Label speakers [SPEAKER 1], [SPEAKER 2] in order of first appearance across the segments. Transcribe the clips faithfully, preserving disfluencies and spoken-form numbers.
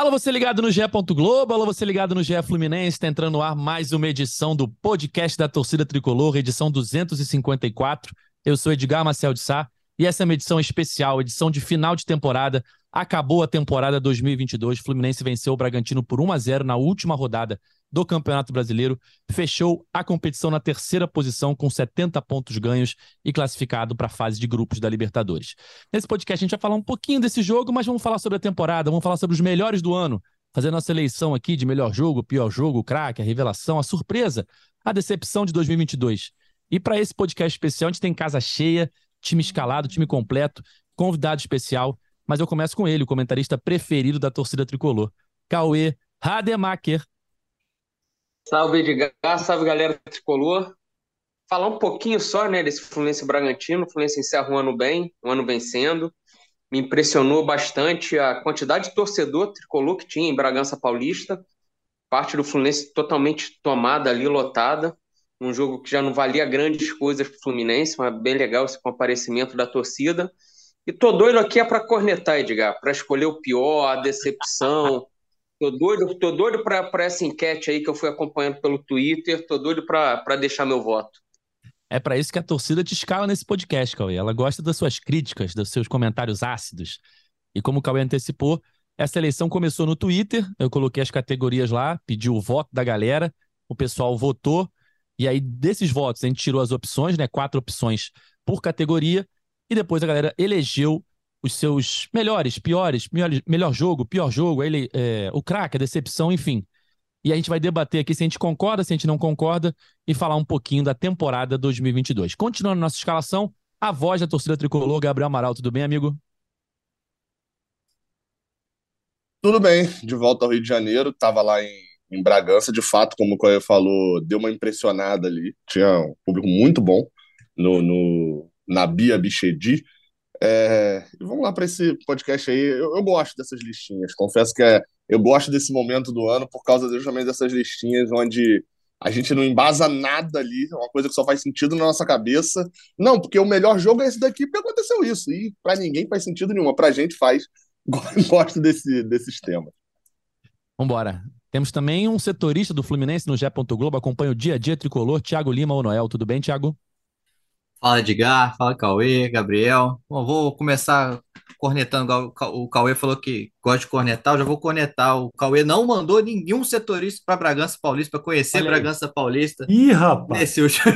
[SPEAKER 1] Alô, você ligado no G E. Globo, alô, você ligado no G E Fluminense, está entrando no ar mais uma edição do podcast da Torcida Tricolor, edição duzentos e cinquenta e quatro. Eu sou Edgar Marcel de Sá e essa é uma edição especial, edição de final de temporada. Acabou a temporada dois mil e vinte e dois, Fluminense venceu o Bragantino por um a zero na última rodada do Campeonato Brasileiro, fechou a competição na terceira posição com setenta pontos ganhos e classificado para a fase de grupos da Libertadores. Nesse podcast a gente vai falar um pouquinho desse jogo, mas vamos falar sobre a temporada, vamos falar sobre os melhores do ano, fazer nossa eleição aqui de melhor jogo, pior jogo, o craque, a revelação, a surpresa, a decepção de dois mil e vinte e dois. E para esse podcast especial a gente tem casa cheia, time escalado, time completo, convidado especial, mas eu começo com ele, o comentarista preferido da torcida tricolor, Cauê Rademacher.
[SPEAKER 2] Salve, Edgar, salve, galera do Tricolor. Falar um pouquinho só, né, desse Fluminense Bragantino. O Fluminense encerra um ano bem, um ano vencendo. Me impressionou bastante a quantidade de torcedor tricolor que tinha em Bragança Paulista. Parte do Fluminense totalmente tomada ali, lotada. Um jogo que já não valia grandes coisas para o Fluminense, mas bem legal esse comparecimento da torcida. E tô doido aqui é para cornetar, Edgar, para escolher o pior, a decepção. Tô doido, tô doido para essa enquete aí que eu fui acompanhando pelo Twitter. Tô doido para deixar meu voto.
[SPEAKER 1] É para isso que a torcida te escala nesse podcast, Cauê. Ela gosta das suas críticas, dos seus comentários ácidos. E como o Cauê antecipou, essa eleição começou no Twitter. Eu coloquei as categorias lá, pedi o voto da galera, o pessoal votou. E aí, desses votos, a gente tirou as opções, né? Quatro opções por categoria. E depois a galera elegeu os seus melhores, piores, melhor, melhor jogo, pior jogo, ele, é, o craque, a decepção, enfim. E a gente vai debater aqui se a gente concorda, se a gente não concorda e falar um pouquinho da temporada dois mil e vinte e dois. Continuando nossa escalação, a voz da torcida tricolor, Gabriel Amaral. Tudo bem, amigo?
[SPEAKER 3] Tudo bem, de volta ao Rio de Janeiro, estava lá em, em Bragança, de fato, como o Coelho falou, deu uma impressionada ali, tinha um público muito bom no, no, na Bia Bichedi. É, e vamos lá para esse podcast aí, eu, eu gosto dessas listinhas, confesso que é, eu gosto desse momento do ano por causa justamente dessas listinhas onde a gente não embasa nada ali, é uma coisa que só faz sentido na nossa cabeça. Não, porque o melhor jogo é esse daqui porque aconteceu isso, e para ninguém faz sentido nenhum, para a gente faz. Gosto desse, desses temas.
[SPEAKER 1] Vambora. Temos também um setorista do Fluminense no G E. Globo, acompanha o dia a dia tricolor, Thiago Lima ou Noel. Tudo bem, Thiago?
[SPEAKER 4] Fala, Edgar, fala, Cauê, Gabriel. Bom, vou começar cornetando. O Cauê falou que gosta de cornetar, eu já vou cornetar. O Cauê não mandou nenhum setorista para Bragança Paulista, para conhecer
[SPEAKER 1] Olha aí.
[SPEAKER 4] Bragança Paulista.
[SPEAKER 5] Ih, rapaz!
[SPEAKER 4] Nesse último.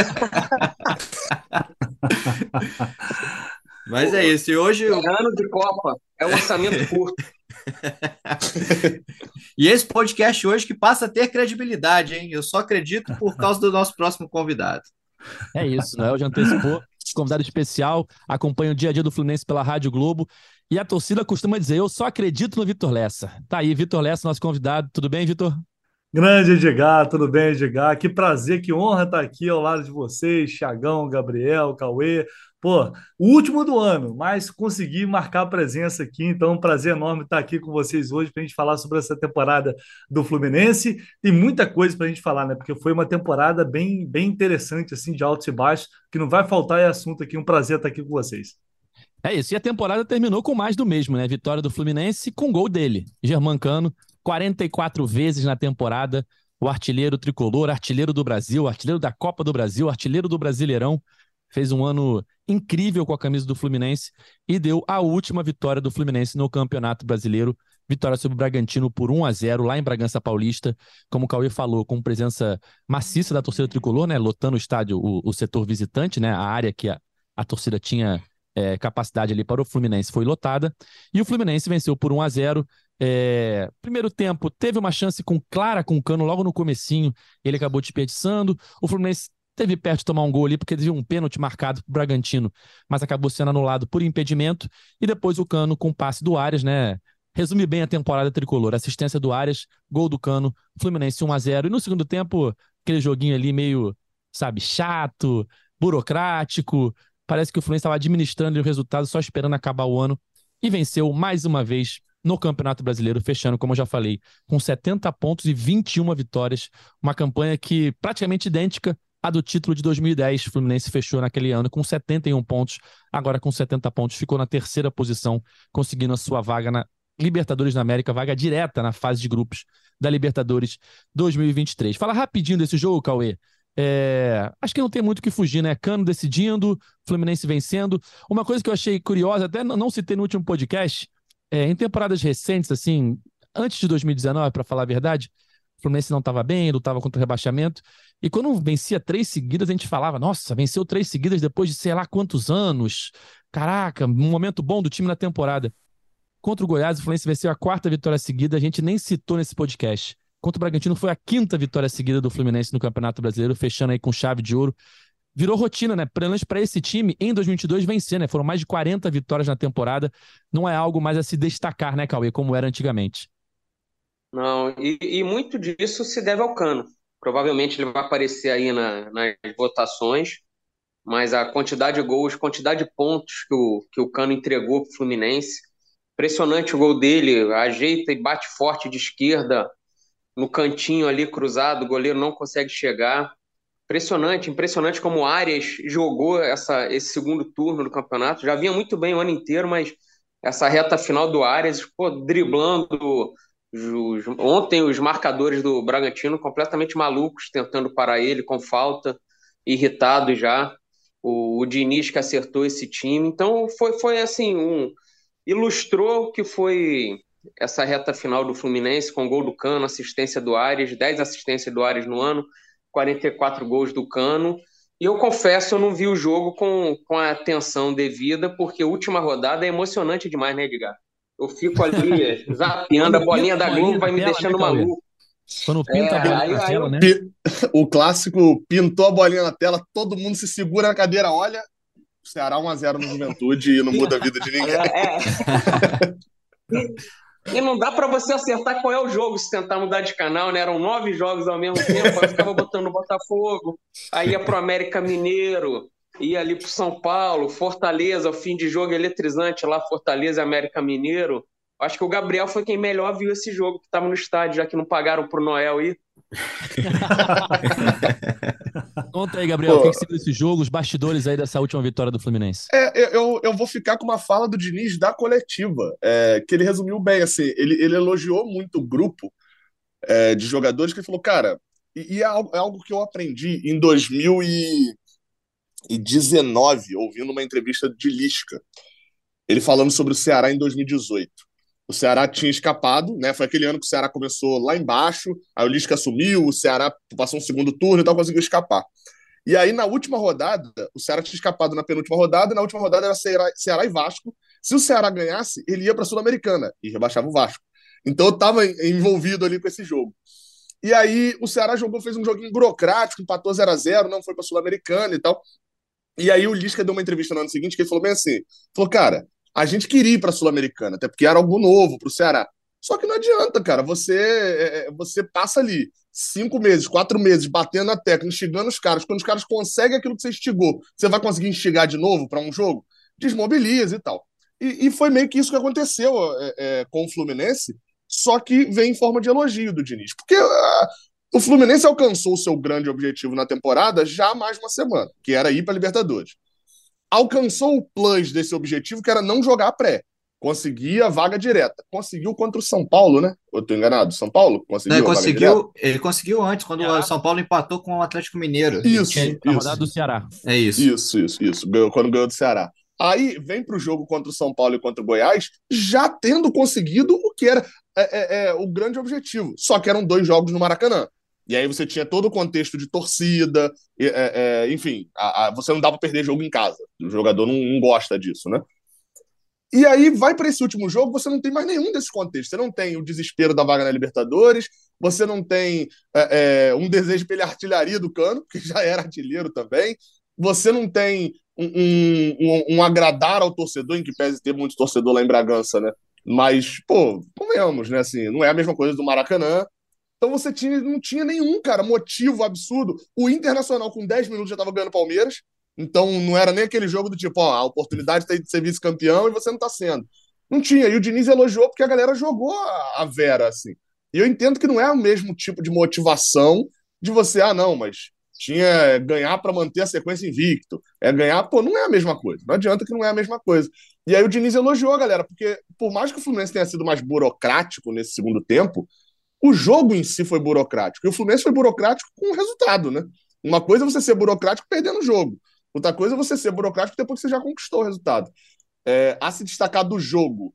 [SPEAKER 4] Mas é isso. E hoje.
[SPEAKER 2] É ano de Copa, é um orçamento curto.
[SPEAKER 4] E esse podcast hoje que passa a ter credibilidade, hein? Eu só acredito por causa do nosso próximo convidado.
[SPEAKER 1] É isso, Noel já antecipou. Convidado especial, acompanha o dia a dia do Fluminense pela Rádio Globo. E a torcida costuma dizer, eu só acredito no Vitor Lessa. Tá aí, Vitor Lessa, nosso convidado. Tudo bem, Vitor?
[SPEAKER 5] Grande Edgar, tudo bem, Edgar? Que prazer, que honra estar aqui ao lado de vocês, Thiagão, Gabriel, Cauê. Pô, o último do ano, mas consegui marcar a presença aqui, então é um prazer enorme estar aqui com vocês hoje para a gente falar sobre essa temporada do Fluminense. Tem muita coisa para a gente falar, né? Porque foi uma temporada bem, bem interessante, assim, de altos e baixos, que não vai faltar é assunto aqui. Um prazer estar aqui com vocês.
[SPEAKER 1] É isso, e a temporada terminou com mais do mesmo, né? Vitória do Fluminense com gol dele, Germancano, quarenta e quatro vezes na temporada, o artilheiro tricolor, artilheiro do Brasil, artilheiro da Copa do Brasil, artilheiro do Brasileirão, fez um ano incrível com a camisa do Fluminense e deu a última vitória do Fluminense no Campeonato Brasileiro, vitória sobre o Bragantino por um a zero lá em Bragança Paulista, como o Cauê falou, com presença maciça da torcida tricolor, né? Lotando o estádio, o, o setor visitante, né? A área que a, a torcida tinha É, capacidade ali para o Fluminense foi lotada, e o Fluminense venceu por um a zero. É, primeiro tempo, teve uma chance com clara com o Cano logo no comecinho, ele acabou desperdiçando, o Fluminense teve perto de tomar um gol ali, porque teve um pênalti marcado para o Bragantino, mas acabou sendo anulado por impedimento, e depois o Cano com passe do Arias, né? Resume bem a temporada tricolor, assistência do Arias, gol do Cano, Fluminense um a zero, e no segundo tempo, aquele joguinho ali meio, sabe, chato, burocrático. Parece que o Fluminense estava administrando o resultado, só esperando acabar o ano, e venceu mais uma vez no Campeonato Brasileiro, fechando, como eu já falei, com setenta pontos e vinte e uma vitórias, uma campanha que praticamente idêntica à do título de dois mil e dez. O Fluminense fechou naquele ano com setenta e um pontos, agora com setenta pontos, ficou na terceira posição, conseguindo a sua vaga na Libertadores da América, vaga direta na fase de grupos da Libertadores dois mil e vinte e três. Fala rapidinho desse jogo, Cauê. É, acho que não tem muito o que fugir, né? Cano decidindo, Fluminense vencendo. Uma coisa que eu achei curiosa, até não citei no último podcast, é, em temporadas recentes, assim, antes de dois mil e dezenove, para falar a verdade, o Fluminense não estava bem, lutava contra o rebaixamento. E quando vencia três seguidas, a gente falava, nossa, venceu três seguidas depois de sei lá quantos anos. Caraca, um momento bom do time na temporada. Contra o Goiás, o Fluminense venceu a quarta vitória seguida, a gente nem citou nesse podcast. Contra o Bragantino foi a quinta vitória seguida do Fluminense no Campeonato Brasileiro, fechando aí com chave de ouro. Virou rotina, né? Pelo menos para esse time, em dois mil e vinte e dois, vencer, né? Foram mais de quarenta vitórias na temporada. Não é algo mais a se destacar, né, Cauê? Como era antigamente.
[SPEAKER 2] Não, e, e muito disso se deve ao Cano. Provavelmente ele vai aparecer aí na- nas votações, mas a quantidade de gols, quantidade de pontos que o, que o Cano entregou para o Fluminense. Impressionante o gol dele, ajeita e bate forte de esquerda, no cantinho ali cruzado, o goleiro não consegue chegar. Impressionante, impressionante como o Arias jogou essa, esse segundo turno do campeonato. Já vinha muito bem o ano inteiro, mas essa reta final do Arias, pô, driblando os- ontem os marcadores do Bragantino completamente malucos, tentando parar ele com falta, irritados já. O, o Diniz que acertou esse time. Então foi, foi assim, um, ilustrou que foi essa reta final do Fluminense, com gol do Cano, assistência do Arias, dez assistências do Arias no ano, quarenta e quatro gols do Cano. E eu confesso, eu não vi o jogo com, com a atenção devida, porque a última rodada é emocionante demais, né, Edgar? Eu fico ali zapeando, a
[SPEAKER 1] Quando
[SPEAKER 2] bolinha
[SPEAKER 1] pinta a
[SPEAKER 2] da
[SPEAKER 1] bolinha
[SPEAKER 2] Globo
[SPEAKER 1] na
[SPEAKER 2] vai me
[SPEAKER 1] tela, né,
[SPEAKER 2] deixando
[SPEAKER 1] Cauê?
[SPEAKER 2] maluco.
[SPEAKER 1] Quando pinta
[SPEAKER 2] É,
[SPEAKER 1] a bolinha
[SPEAKER 2] aí,
[SPEAKER 1] na
[SPEAKER 2] aí
[SPEAKER 1] tela,
[SPEAKER 2] eu
[SPEAKER 1] né?
[SPEAKER 3] Pi- O clássico pintou a bolinha na tela, todo mundo se segura na cadeira, olha, o Ceará um a zero no Juventude e não muda a vida de ninguém.
[SPEAKER 2] É, e não dá pra você acertar qual é o jogo se tentar mudar de canal, né? Eram nove jogos ao mesmo tempo, aí eu ficava botando o Botafogo, aí ia pro América Mineiro, ia ali pro São Paulo, Fortaleza, o fim de jogo eletrizante lá, Fortaleza e América Mineiro. Acho que o Gabriel foi quem melhor viu esse jogo, que estava no estádio, já que não pagaram pro Noel ir.
[SPEAKER 1] Conta aí, Gabriel, o que
[SPEAKER 3] Pô,
[SPEAKER 1] que você viu desse jogo, os bastidores aí dessa última vitória do Fluminense?
[SPEAKER 3] é, eu, eu eu vou ficar com uma fala do Diniz da coletiva, é, que ele resumiu bem, assim, ele, ele elogiou muito o grupo é, de jogadores, que ele falou, cara, e, e é, algo, é algo que eu aprendi em dois mil e dezenove, ouvindo uma entrevista de Lisca, ele falando sobre o Ceará em dois mil e dezoito. O Ceará tinha escapado, né? Foi aquele ano que o Ceará começou lá embaixo, aí o Lisca assumiu, o Ceará passou um segundo turno e tal, conseguiu escapar. E aí, na última rodada, o Ceará tinha escapado na penúltima rodada, e na última rodada era Ceará, Ceará e Vasco. Se o Ceará ganhasse, ele ia para a Sul-Americana e rebaixava o Vasco. Então eu estava envolvido ali com esse jogo. E aí o Ceará jogou, fez um joguinho burocrático, empatou zero a zero, não foi para a Sul-Americana e tal. E aí o Lisca deu uma entrevista no ano seguinte que ele falou bem assim, falou, cara, a gente queria ir para a Sul-Americana, até porque era algo novo para o Ceará. Só que não adianta, cara, você, é, é, você passa ali cinco meses, quatro meses, batendo na tecla, instigando os caras. Quando os caras conseguem aquilo que você instigou, você vai conseguir instigar de novo para um jogo? Desmobiliza e tal. E, e foi meio que isso que aconteceu é, é, com o Fluminense, só que vem em forma de elogio do Diniz. Porque ah, o Fluminense alcançou o seu grande objetivo na temporada já há mais de uma semana, que era ir para a Libertadores. Alcançou o plus desse objetivo, que era não jogar pré. Conseguia a vaga direta. Conseguiu contra o São Paulo, né? Eu tô enganado? São Paulo?
[SPEAKER 4] Não, ele
[SPEAKER 3] Conseguiu a vaga direta?
[SPEAKER 4] conseguiu, ele conseguiu antes, quando o
[SPEAKER 1] Ceará.
[SPEAKER 4] São Paulo empatou com o Atlético Mineiro.
[SPEAKER 3] Isso,
[SPEAKER 1] É, a rodada
[SPEAKER 3] isso.
[SPEAKER 1] do Ceará.
[SPEAKER 4] É isso.
[SPEAKER 3] Isso, isso, isso. Ganhou, quando ganhou do Ceará. Aí vem para o jogo contra o São Paulo e contra o Goiás, já tendo conseguido o que era é, é, é, o grande objetivo. Só que eram dois jogos no Maracanã. E aí você tinha todo o contexto de torcida, é, é, enfim, a, a, você não dá para perder jogo em casa. O jogador não, não gosta disso, né? E aí vai para esse último jogo, você não tem mais nenhum desses contextos. Você não tem o desespero da vaga na Libertadores, você não tem é, é, um desejo pela artilharia do Cano, que já era artilheiro também, você não tem um, um, um, um agradar ao torcedor, em que pese ter muito torcedor lá em Bragança, né? Mas, pô, convenhamos, né? Assim, não é a mesma coisa do Maracanã. Então você tinha, não tinha nenhum, cara, motivo absurdo. O Internacional, com dez minutos, já estava ganhando Palmeiras. Então não era nem aquele jogo do tipo, ó, a oportunidade de ser vice-campeão e você não tá sendo. Não tinha. E o Diniz elogiou porque a galera jogou a, a Vera, assim. E eu entendo que não é o mesmo tipo de motivação de você, ah, não, mas tinha é, ganhar para manter a sequência invicto, é ganhar, pô, não é a mesma coisa, não adianta que não é a mesma coisa. E aí o Diniz elogiou a galera, porque por mais que o Fluminense tenha sido mais burocrático nesse segundo tempo, o jogo em si foi burocrático, e o Fluminense foi burocrático com o resultado, né? Uma coisa é você ser burocrático perdendo o jogo, outra coisa é você ser burocrático depois que você já conquistou o resultado. É, a se destacar do jogo,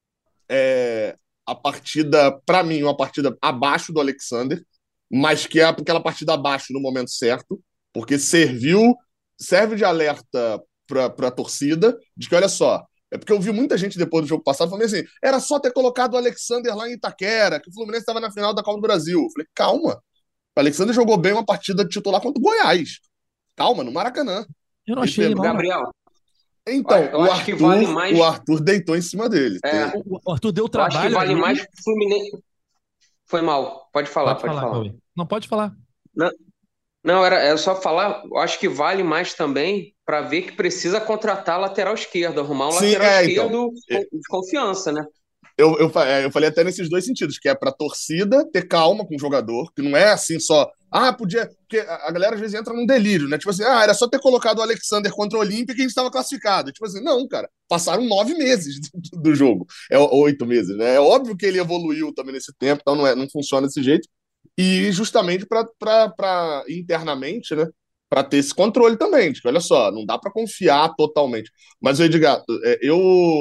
[SPEAKER 3] é, a partida, para mim, uma partida abaixo do Alexander, mas que é aquela partida abaixo no momento certo, porque serviu, serve de alerta para a torcida, de que, olha só, é porque eu vi muita gente depois do jogo passado falando assim, era só ter colocado o Alexander lá em Itaquera, que o Fluminense estava na final da Copa do Brasil. Eu falei, calma, o Alexander jogou bem uma partida titular contra o Goiás. Calma, no Maracanã.
[SPEAKER 1] Eu não
[SPEAKER 3] Ele
[SPEAKER 1] achei ele
[SPEAKER 3] pegou...
[SPEAKER 1] mal, não.
[SPEAKER 2] Gabriel,
[SPEAKER 3] Então,
[SPEAKER 2] eu
[SPEAKER 3] o
[SPEAKER 2] acho que vale
[SPEAKER 3] Arthur,
[SPEAKER 2] mais.
[SPEAKER 3] o Arthur deitou em cima dele.
[SPEAKER 2] É,
[SPEAKER 3] Tem-
[SPEAKER 1] O Arthur deu
[SPEAKER 2] eu acho que
[SPEAKER 1] trabalho
[SPEAKER 2] vale
[SPEAKER 1] ali.
[SPEAKER 2] mais pro Fluminense. Foi mal. Pode falar,
[SPEAKER 1] Pode
[SPEAKER 2] pode
[SPEAKER 1] falar,
[SPEAKER 2] falar.
[SPEAKER 1] Cauê. Não, pode falar.
[SPEAKER 2] Não, não, era, era só falar. Eu acho que vale mais também para ver que precisa contratar lateral esquerdo, arrumar um
[SPEAKER 3] Sim,
[SPEAKER 2] lateral
[SPEAKER 3] é, então.
[SPEAKER 2] esquerdo com- de confiança, né?
[SPEAKER 3] Eu, eu, fa- é, eu falei até nesses dois sentidos, que é pra torcida ter calma com o jogador, que não é assim só, ah, podia. Porque a a galera às vezes entra num delírio, né? Tipo assim, ah, era só ter colocado o Alexander contra o Olímpia que a gente estava classificado. Tipo assim, não, cara, passaram nove meses do, do jogo. É o- oito meses, né? É óbvio que ele evoluiu também nesse tempo, então não, é, não funciona desse jeito. E justamente para internamente, né? Para ter esse controle também, de que olha só, não dá para confiar totalmente. Mas, Edgar, é, eu,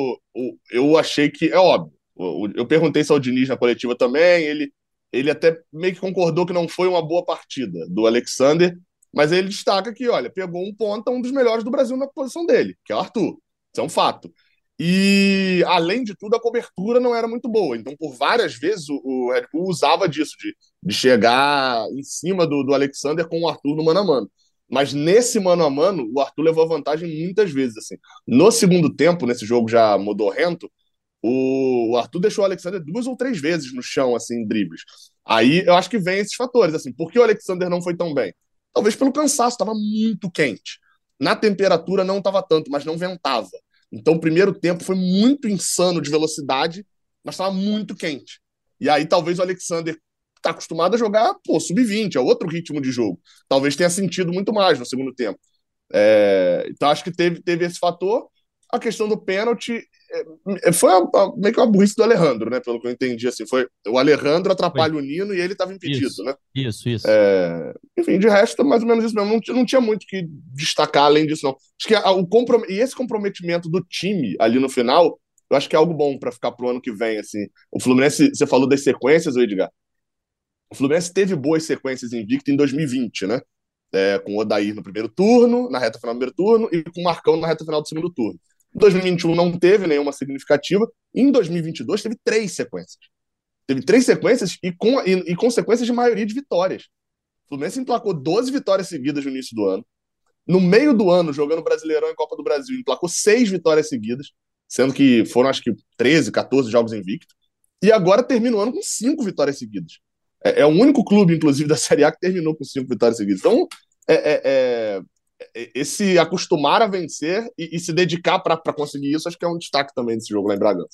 [SPEAKER 3] eu achei que é óbvio. Eu perguntei isso ao Diniz na coletiva também, ele, ele até meio que concordou que não foi uma boa partida do Alexander, mas ele destaca que, olha, pegou um ponta, um dos melhores do Brasil na posição dele, que é o Arthur. Isso é um fato. E, além de tudo, a cobertura não era muito boa. Então, por várias vezes, o, o Red Bull usava disso, de, de chegar em cima do, do Alexander com o Arthur no mano a mano. Mas nesse mano a mano, o Arthur levou a vantagem muitas vezes. Assim. No segundo tempo, nesse jogo já modorrento, o Arthur deixou o Alexander duas ou três vezes no chão, assim, em dribles. Aí eu acho que vem esses fatores, assim. Por que o Alexander não foi tão bem? Talvez pelo cansaço, estava muito quente. Na temperatura não estava tanto, mas não ventava. Então o primeiro tempo foi muito insano de velocidade, mas estava muito quente. E aí talvez o Alexander está acostumado a jogar, pô, sub vinte, é outro ritmo de jogo. Talvez tenha sentido muito mais no segundo tempo. É, então acho que teve, teve esse fator. A questão do pênalti é, foi a, a, meio que uma burrice do Alejandro, né? Pelo que eu entendi, assim, foi o Alejandro atrapalha
[SPEAKER 1] Foi.
[SPEAKER 3] o Nino e ele estava impedido,
[SPEAKER 1] Isso,
[SPEAKER 3] né?
[SPEAKER 1] isso, isso.
[SPEAKER 3] É, enfim, de resto, mais ou menos isso mesmo. Não, tinha- não tinha muito que destacar além disso, não. Acho que a- o comprom e esse comprometimento do time ali no final, eu acho que é algo bom para ficar pro ano que vem, assim. O Fluminense, você falou das sequências, ô Edgar. O Fluminense teve boas sequências invicto em dois mil e vinte, né? É, com o Odair no primeiro turno, na reta final do primeiro turno, e com o Marcão na reta final do segundo turno. Em dois mil e vinte e um não teve nenhuma significativa. Em dois mil e vinte e dois teve três sequências. Teve três sequências e com, e, e com sequências de maioria de vitórias. O Fluminense emplacou doze vitórias seguidas no início do ano. No meio do ano, jogando Brasileirão e Copa do Brasil, emplacou seis vitórias seguidas, sendo que foram acho que treze, quatorze jogos invictos. E agora termina o ano com cinco vitórias seguidas. É, é o único clube, inclusive, da Série A que terminou com cinco vitórias seguidas. Então, é, é, é, é, esse acostumar a vencer e, e se dedicar para conseguir isso, acho que é um destaque também desse jogo lá em Bragança.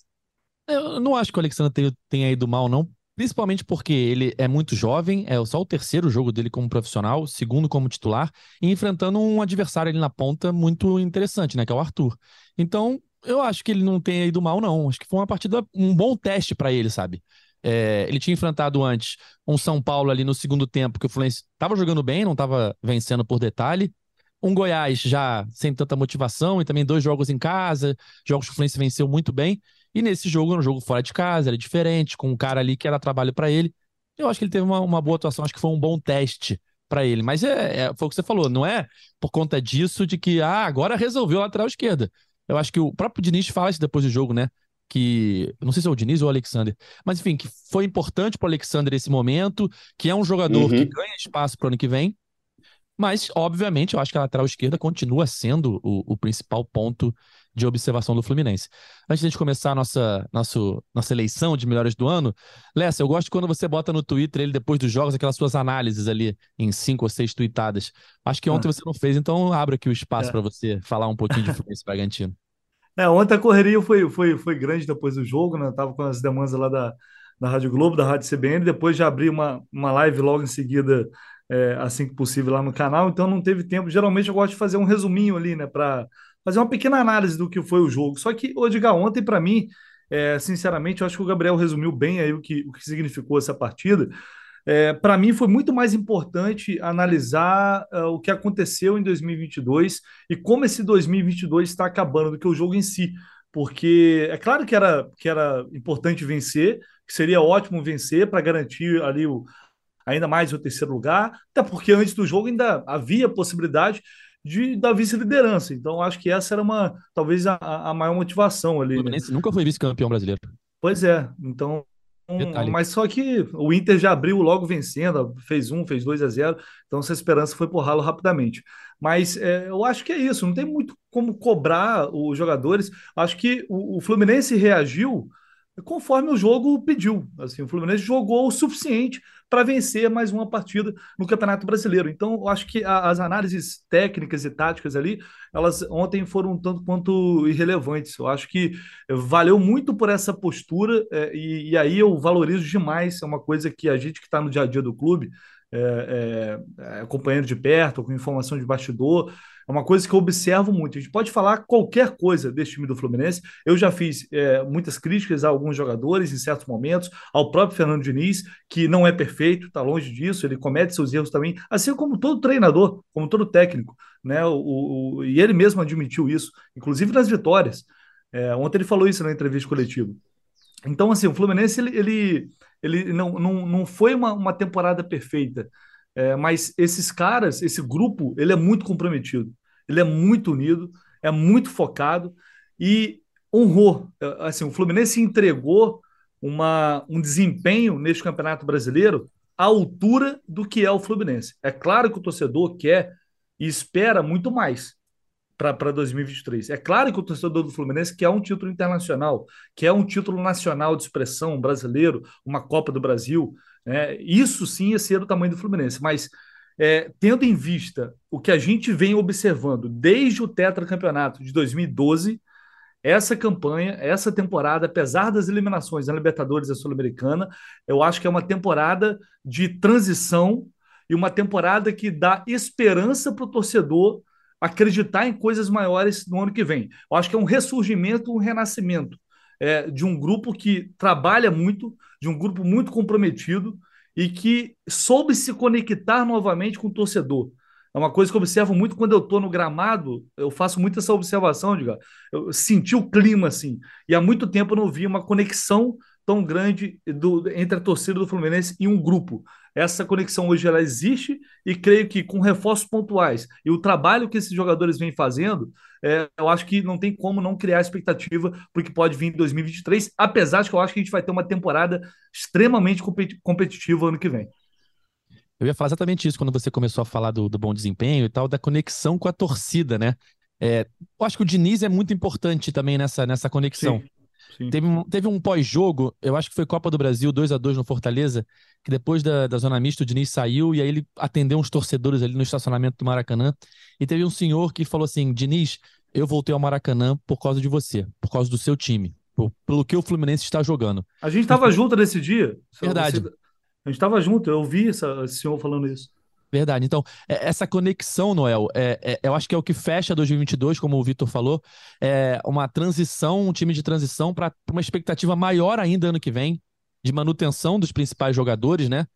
[SPEAKER 1] Eu não acho que o Alexandre tenha, tenha ido mal, não. Principalmente porque ele é muito jovem, é só o terceiro jogo dele como profissional, segundo como titular, e enfrentando um adversário ali na ponta muito interessante, né? Que é o Arthur. Então, eu acho que ele não tenha ido mal, não. Acho que foi uma partida, um bom teste pra ele, sabe? É, ele tinha enfrentado antes um São Paulo ali no segundo tempo, que o Fluminense estava jogando bem, não estava vencendo por detalhe. Um Goiás já sem tanta motivação e também dois jogos em casa, jogos que o Fluminense venceu muito bem. E nesse jogo, era um jogo fora de casa, era diferente, com um cara ali que era trabalho pra ele. Eu acho que ele teve uma, uma boa atuação, acho que foi um bom teste pra ele. Mas é, é- foi o que você falou, não é por conta disso de que, ah, agora resolveu a lateral esquerda. Eu acho que o próprio Diniz fala isso depois do jogo, né? Que, eu não sei se é o Diniz ou o Alexander, mas enfim, que foi importante pro Alexander esse momento, que é um jogador que
[SPEAKER 3] Uhum.
[SPEAKER 1] ganha espaço pro ano que vem. Mas, obviamente, eu acho que a lateral esquerda continua sendo o, o principal ponto de observação do Fluminense. Antes de a gente começar a nossa, nosso, nossa eleição de melhores do ano, Lessa, eu gosto quando você bota no Twitter ele depois dos jogos, aquelas suas análises ali em cinco ou seis tweetadas. Acho que ontem
[SPEAKER 5] Ah,
[SPEAKER 1] você não fez, então abro aqui o espaço para
[SPEAKER 5] é.
[SPEAKER 1] você falar um pouquinho de Fluminense e Bragantino.
[SPEAKER 5] É, ontem a correria foi, foi, foi grande depois do jogo, né? Eu tava com as demandas lá da, da Rádio Globo, da Rádio C B N, depois já abri uma, uma live logo em seguida é, assim que possível lá no canal, então não teve tempo. Geralmente eu gosto de fazer um resuminho ali, né, para fazer uma pequena análise do que foi o jogo. Só que, ô, Edgar, ontem para mim, é, sinceramente, eu acho que o Gabriel resumiu bem aí o que, o que significou essa partida. É, para mim foi muito mais importante analisar uh, o que aconteceu em dois mil e vinte e dois e como esse dois mil e vinte e dois está acabando do que o jogo em si, porque é claro que era, que era importante vencer, que seria ótimo vencer para garantir ali o, ainda mais o terceiro lugar, até porque antes do jogo ainda havia possibilidade de da vice-liderança. Então acho que essa era uma talvez a, a maior motivação
[SPEAKER 1] O
[SPEAKER 5] ali, né?
[SPEAKER 1] Fluminense nunca foi vice-campeão brasileiro.
[SPEAKER 5] Pois é, então, um,
[SPEAKER 1] Detalhe.
[SPEAKER 5] mas só que o Inter já abriu logo vencendo, fez um, fez dois a zero, então essa esperança foi por ralo rapidamente. Mas é, eu acho que é isso, não tem muito como cobrar os jogadores. Acho que o, o Fluminense reagiu conforme o jogo pediu. Assim, o Fluminense jogou o suficiente para vencer mais uma partida no Campeonato Brasileiro. Então, eu acho que a, as análises técnicas e táticas ali, elas ontem foram um tanto quanto irrelevantes. Eu acho que valeu muito por essa postura, é, e, e aí eu valorizo demais. É uma coisa que a gente que está no dia a dia do clube, é, é, é, acompanhando de perto, com informação de bastidor, é uma coisa que eu observo muito. A gente pode falar qualquer coisa desse time do Fluminense. Eu já fiz é, muitas críticas a alguns jogadores em certos momentos, ao próprio Fernando Diniz, que não é perfeito, está longe disso, ele comete seus erros também, assim como todo treinador, como todo técnico, né? O, o, e ele mesmo admitiu isso, inclusive nas vitórias. É, ontem ele falou isso na entrevista coletiva. Então, assim, o Fluminense ele, ele, ele não, não, não foi uma, uma temporada perfeita, é, mas esses caras, esse grupo, ele é muito comprometido, ele é muito unido, é muito focado e honrou. É, assim, o Fluminense entregou uma, um desempenho neste Campeonato Brasileiro à altura do que é o Fluminense. É claro que o torcedor quer e espera muito mais para dois mil e vinte e três. É claro que o torcedor do Fluminense quer um título internacional, quer um título nacional de expressão brasileiro, uma Copa do Brasil. Né? Isso sim é ser o tamanho do Fluminense. Mas é, tendo em vista o que a gente vem observando desde o tetracampeonato de dois mil e doze, essa campanha, essa temporada, apesar das eliminações na Libertadores e Sul-Americana, eu acho que é uma temporada de transição e uma temporada que dá esperança para o torcedor acreditar em coisas maiores no ano que vem. Eu acho que é um ressurgimento, um renascimento é, de um grupo que trabalha muito, de um grupo muito comprometido e que soube se conectar novamente com o torcedor. É uma coisa que eu observo muito quando eu estou no gramado, eu faço muito essa observação, diga. Eu senti o clima assim, e há muito tempo eu não vi uma conexão tão grande do, entre a torcida do Fluminense e um grupo. Essa conexão hoje ela existe e creio que com reforços pontuais e o trabalho que esses jogadores vêm fazendo, é, eu acho que não tem como não criar expectativa para o que pode vir em dois mil e vinte e três, apesar de que eu acho que a gente vai ter uma temporada extremamente competitiva ano que vem.
[SPEAKER 1] Eu ia falar exatamente isso quando você começou a falar do, do bom desempenho e tal, da conexão com a torcida, né? É, eu acho que o Diniz é muito importante também nessa, nessa conexão.
[SPEAKER 5] Sim, sim.
[SPEAKER 1] Teve um, teve um pós-jogo, eu acho que foi Copa do Brasil, dois a dois no Fortaleza, que depois da, da zona mista o Diniz saiu e aí ele atendeu uns torcedores ali no estacionamento do Maracanã e teve um senhor que falou assim, Diniz, eu voltei ao Maracanã por causa de você, por causa do seu time, por, pelo que o Fluminense está jogando.
[SPEAKER 5] A gente estava junto nesse dia.
[SPEAKER 1] Verdade.
[SPEAKER 5] Você... A gente estava junto, eu ouvi essa, esse senhor falando isso.
[SPEAKER 1] Verdade. Então, é, essa conexão, Noel, é, é, eu acho que é o que fecha dois mil e vinte e dois, como o Vitor falou, é uma transição, um time de transição para uma expectativa maior ainda ano que vem, de manutenção dos principais jogadores, né?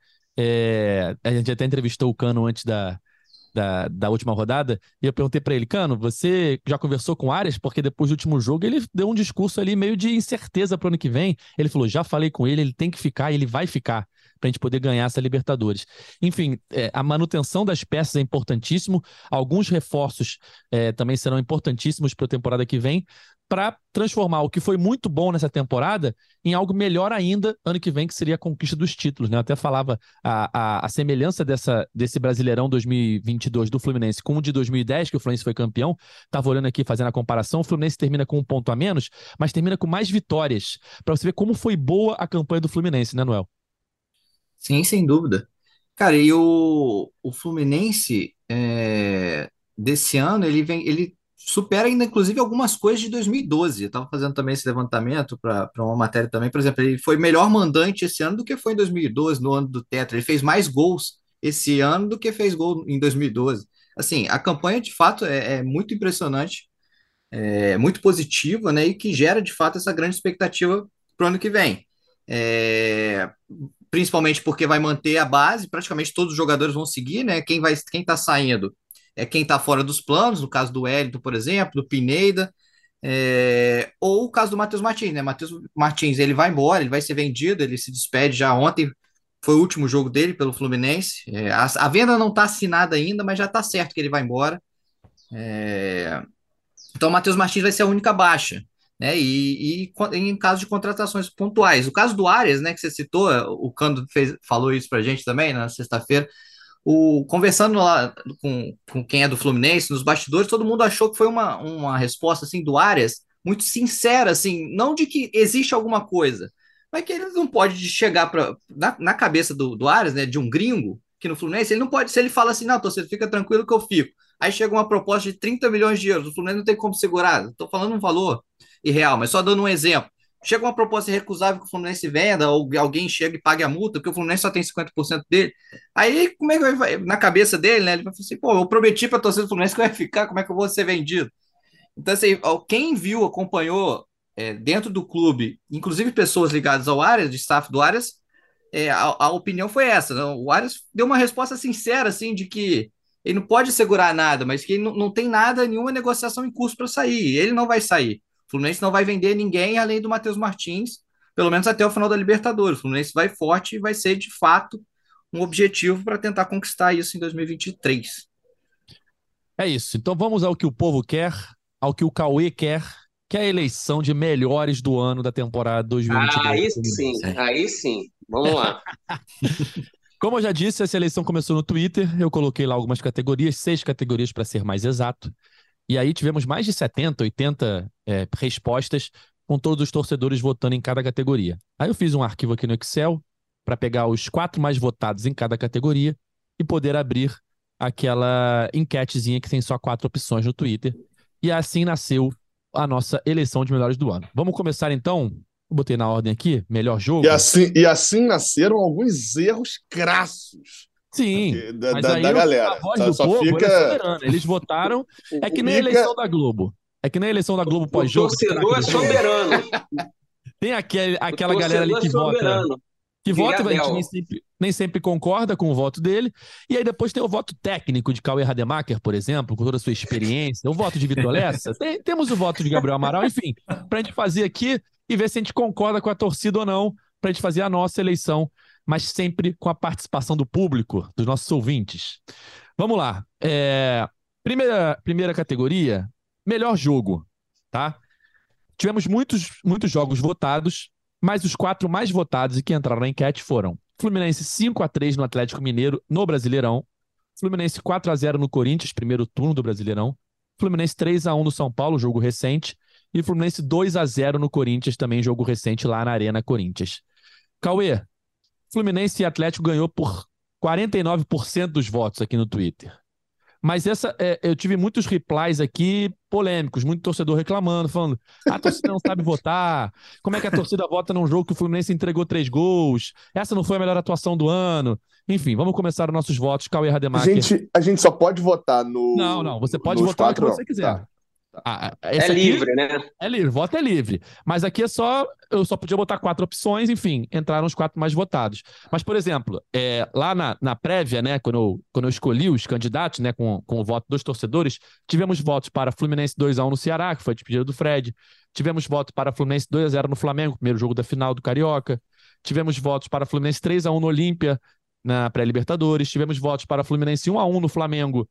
[SPEAKER 1] É, a gente até entrevistou o Cano antes da, da, da última rodada, e eu perguntei para ele, Cano, você já conversou com o Arias? Porque depois do último jogo ele deu um discurso ali meio de incerteza para o ano que vem. Ele falou, já falei com ele, ele tem que ficar e ele vai ficar para a gente poder ganhar essa Libertadores. Enfim, é, a manutenção das peças é importantíssimo, alguns reforços é, também serão importantíssimos para a temporada que vem, para transformar o que foi muito bom nessa temporada em algo melhor ainda ano que vem, que seria a conquista dos títulos, né? Eu até falava a, a, a semelhança dessa, desse Brasileirão dois mil e vinte e dois do Fluminense com o de dois mil e dez, que o Fluminense foi campeão. Estava olhando aqui, fazendo a comparação, o Fluminense termina com um ponto a menos, mas termina com mais vitórias, para você ver como foi boa a campanha do Fluminense, né, Noel?
[SPEAKER 4] Sim, sem dúvida. Cara, e o, o Fluminense é, desse ano, ele vem, ele supera ainda, inclusive, algumas coisas de dois mil e doze. Eu estava fazendo também esse levantamento para uma matéria também. Por exemplo, ele foi melhor mandante esse ano do que foi em dois mil e doze, no ano do Tetra. Ele fez mais gols esse ano do que fez gol em dois mil e doze. Assim, a campanha de fato é, é muito impressionante, é muito positiva, né? E que gera de fato essa grande expectativa para o ano que vem. É, principalmente porque vai manter a base, praticamente todos os jogadores vão seguir, né? Quem vai, quem está saindo é quem está fora dos planos, no caso do Wellington, por exemplo, do Pineda, é, ou o caso do Matheus Martins, né? Matheus Martins, ele vai embora, ele vai ser vendido, ele se despede já ontem, foi o último jogo dele pelo Fluminense. É, a, a venda não está assinada ainda, mas já está certo que ele vai embora. É, então, o Matheus Martins vai ser a única baixa, né? E, e em caso de contratações pontuais. O caso do Arias, né, que você citou, o Cando fez, falou isso pra gente também na sexta-feira. O, conversando lá com, com quem é do Fluminense, nos bastidores, todo mundo achou que foi uma, uma resposta assim do Arias muito sincera, assim, não de que existe alguma coisa, mas que ele não pode chegar pra, na, na cabeça do, do Arias, né, de um gringo, que no Fluminense, ele não pode, se ele fala assim, não, torcedor, fica tranquilo que eu fico. Aí chega uma proposta de trinta milhões de euros, o Fluminense não tem como segurar, estou falando um valor irreal, mas só dando um exemplo. Chega uma proposta irrecusável que o Fluminense venda, ou alguém chega e pague a multa, porque o Fluminense só tem cinquenta por cento dele. Aí, como é que vai, na cabeça dele, né? Ele vai falar assim, pô, eu prometi para a torcida do Fluminense que eu ia ficar, como é que eu vou ser vendido? Então, assim, quem viu, acompanhou é, dentro do clube, inclusive pessoas ligadas ao Arias, de staff do Arias, é, a, a opinião foi essa. Né? O Arias deu uma resposta sincera, assim, de que ele não pode segurar nada, mas que ele não, não tem nada, nenhuma negociação em curso para sair. Ele não vai sair. O Fluminense não vai vender ninguém além do Matheus Martins, pelo menos até o final da Libertadores. O Fluminense vai forte e vai ser, de fato, um objetivo para tentar conquistar isso em dois mil e vinte e três.
[SPEAKER 1] É isso. Então vamos ao que o povo quer, ao que o Cauê quer, que é a eleição de melhores do ano da temporada dois mil e vinte e dois.
[SPEAKER 2] Aí sim, aí sim. Vamos lá.
[SPEAKER 1] Como eu já disse, essa eleição começou no Twitter. Eu coloquei lá algumas categorias, seis categorias para ser mais exato. E aí tivemos mais de setenta, oitenta é, respostas, com todos os torcedores votando em cada categoria. Aí eu fiz um arquivo aqui no Excel para pegar os quatro mais votados em cada categoria e poder abrir aquela enquetezinha que tem só quatro opções no Twitter. E assim nasceu a nossa eleição de melhores do ano. Vamos começar então? Eu botei na ordem aqui, melhor jogo.
[SPEAKER 3] E assim, e assim nasceram alguns erros crassos.
[SPEAKER 1] Sim,
[SPEAKER 3] da,
[SPEAKER 1] mas
[SPEAKER 3] da,
[SPEAKER 1] aí
[SPEAKER 3] da
[SPEAKER 1] o-
[SPEAKER 3] galera.
[SPEAKER 1] a voz
[SPEAKER 3] Só,
[SPEAKER 1] do
[SPEAKER 3] só
[SPEAKER 1] povo
[SPEAKER 3] fica.
[SPEAKER 1] ela é soberana. Eles votaram. É que nem a
[SPEAKER 3] Fica-
[SPEAKER 1] eleição da Globo. É que nem a eleição da Globo
[SPEAKER 2] O
[SPEAKER 1] pós-jogo.
[SPEAKER 2] torcedor é soberano.
[SPEAKER 1] Tem aquele,
[SPEAKER 2] O
[SPEAKER 1] aquela galera ali
[SPEAKER 2] torcedor
[SPEAKER 1] que
[SPEAKER 2] é
[SPEAKER 1] vota.
[SPEAKER 2] soberano.
[SPEAKER 1] Que vota, a gente
[SPEAKER 2] Vigadel.
[SPEAKER 1] nem sempre, nem sempre concorda com o voto dele. E aí depois tem o voto técnico de Cauê Rademacher, por exemplo, com toda a sua experiência. O voto de Vitor Lessa. Tem- temos o voto de Gabriel Amaral, enfim, para a gente fazer aqui e ver se a gente concorda com a torcida ou não, para a gente fazer a nossa eleição, mas sempre com a participação do público, dos nossos ouvintes. Vamos lá. É, Primeira, primeira categoria, melhor jogo, tá? Tivemos muitos, muitos jogos votados, mas os quatro mais votados e que entraram na enquete foram Fluminense cinco a três no Atlético Mineiro, no Brasileirão. Fluminense quatro a zero no Corinthians, primeiro turno do Brasileirão. Fluminense três a um no São Paulo, jogo recente. E Fluminense dois a zero no Corinthians, também jogo recente lá na Arena Corinthians. Cauê, Fluminense e Atlético ganhou por quarenta e nove por cento dos votos aqui no Twitter. Mas essa, é, eu tive muitos replies aqui polêmicos, muito torcedor reclamando, falando: "Ah, a torcida não sabe votar, como é que a torcida vota num jogo que o Fluminense entregou três gols? Essa não foi a melhor atuação do ano." Enfim, vamos começar os nossos votos. Cauê
[SPEAKER 3] A
[SPEAKER 1] Rademacher.
[SPEAKER 3] gente, a gente só pode votar no.
[SPEAKER 1] Não, não, você pode
[SPEAKER 3] nos
[SPEAKER 1] votar no que
[SPEAKER 3] quatro,
[SPEAKER 1] você
[SPEAKER 3] não.
[SPEAKER 1] quiser.
[SPEAKER 3] Tá.
[SPEAKER 1] Ah,
[SPEAKER 2] É
[SPEAKER 1] esse aqui
[SPEAKER 2] livre, né?
[SPEAKER 1] é livre, voto é livre. Mas aqui é só, eu só podia botar quatro opções, enfim, entraram os quatro mais votados. Mas, por exemplo, é, lá na, na prévia, né, quando eu, quando eu escolhi os candidatos, né, com, com o voto dos torcedores, tivemos votos para Fluminense dois a um no Ceará, que foi a despedida do Fred. Tivemos voto para Fluminense dois a zero no Flamengo, primeiro jogo da final do Carioca. Tivemos votos para Fluminense três a um no Olímpia, na pré-Libertadores. Tivemos votos para Fluminense um a um no Flamengo,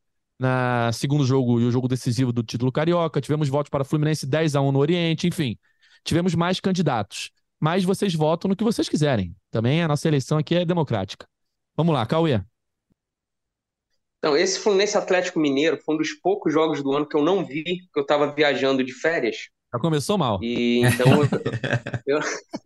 [SPEAKER 1] na segundo jogo e o jogo decisivo do título carioca. Tivemos votos para Fluminense dez a um no Oriente, enfim. Tivemos mais candidatos. Mas vocês votam no que vocês quiserem. Também a nossa eleição aqui é democrática. Vamos lá, Cauê.
[SPEAKER 2] Então, esse Fluminense Atlético Mineiro foi um dos poucos jogos do ano que eu não vi, porque eu estava viajando de férias.
[SPEAKER 1] Já começou mal.
[SPEAKER 2] E então eu,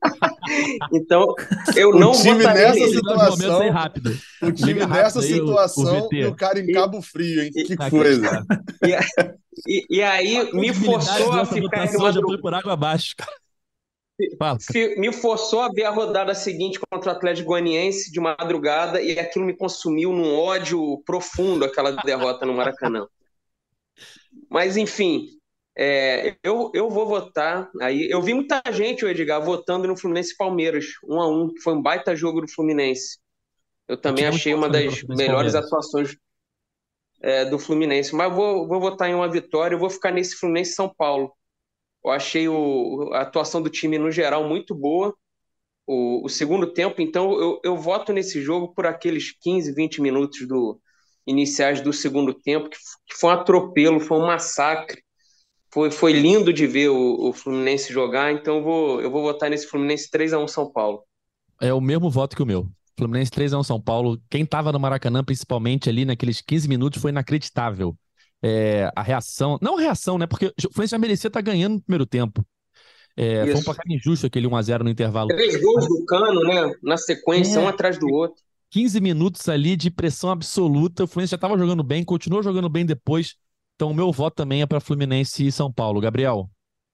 [SPEAKER 2] então eu
[SPEAKER 3] O
[SPEAKER 2] não
[SPEAKER 3] time
[SPEAKER 2] votaria
[SPEAKER 3] nessa
[SPEAKER 2] nele.
[SPEAKER 1] Dois momentos
[SPEAKER 3] situação-
[SPEAKER 1] aí rápido.
[SPEAKER 3] O time
[SPEAKER 1] Liga
[SPEAKER 3] nessa
[SPEAKER 1] rápido aí, o-
[SPEAKER 3] situação
[SPEAKER 1] o V T.
[SPEAKER 3] e o cara em Cabo Frio, hein?
[SPEAKER 2] E-
[SPEAKER 3] Que
[SPEAKER 1] Aqui
[SPEAKER 3] coisa.
[SPEAKER 1] está.
[SPEAKER 2] E, e aí me
[SPEAKER 1] Os militares
[SPEAKER 2] forçou a
[SPEAKER 1] dessa
[SPEAKER 2] ficar de
[SPEAKER 1] votação já foi
[SPEAKER 2] madrugada.
[SPEAKER 1] por água abaixo, cara. Fala.
[SPEAKER 2] Fi- Me forçou a ver a rodada seguinte contra o Atlético Goianiense de madrugada e aquilo me consumiu num ódio profundo, aquela derrota no Maracanã. Mas, enfim, é, eu, eu vou votar. Aí, eu vi muita gente, o Edgar, votando no Fluminense e Palmeiras, um a um, que foi um baita jogo do Fluminense. Eu também
[SPEAKER 1] Tivemos
[SPEAKER 2] achei uma
[SPEAKER 1] também
[SPEAKER 2] das
[SPEAKER 1] pelo Fluminense e
[SPEAKER 2] melhores
[SPEAKER 1] Palmeiras.
[SPEAKER 2] atuações é, do Fluminense. Mas vou, vou votar em uma vitória, eu vou ficar nesse Fluminense e São Paulo. Eu achei o, a atuação do time, no geral, muito boa. O, o segundo tempo, então, eu, eu voto nesse jogo por aqueles quinze, vinte minutos do, iniciais do segundo tempo, que, f- que foi um atropelo, foi um massacre. Foi, foi lindo de ver o, o Fluminense jogar, então eu vou, eu vou votar nesse Fluminense três a um São Paulo.
[SPEAKER 1] É o mesmo voto que o meu. Fluminense três a um São Paulo. Quem tava no Maracanã, principalmente ali naqueles quinze minutos, foi inacreditável. É, a reação. Não a reação, né? Porque o Fluminense já merecia estar ganhando no primeiro tempo. É, foi um
[SPEAKER 2] Isso.
[SPEAKER 1] placar injusto aquele um a zero no intervalo.
[SPEAKER 2] Três gols do Cano, né? Na sequência, um
[SPEAKER 1] É,
[SPEAKER 2] atrás do outro.
[SPEAKER 1] quinze minutos ali de pressão absoluta. O Fluminense já estava jogando bem, continuou jogando bem depois. Então, o meu voto também é para Fluminense e São Paulo. Gabriel,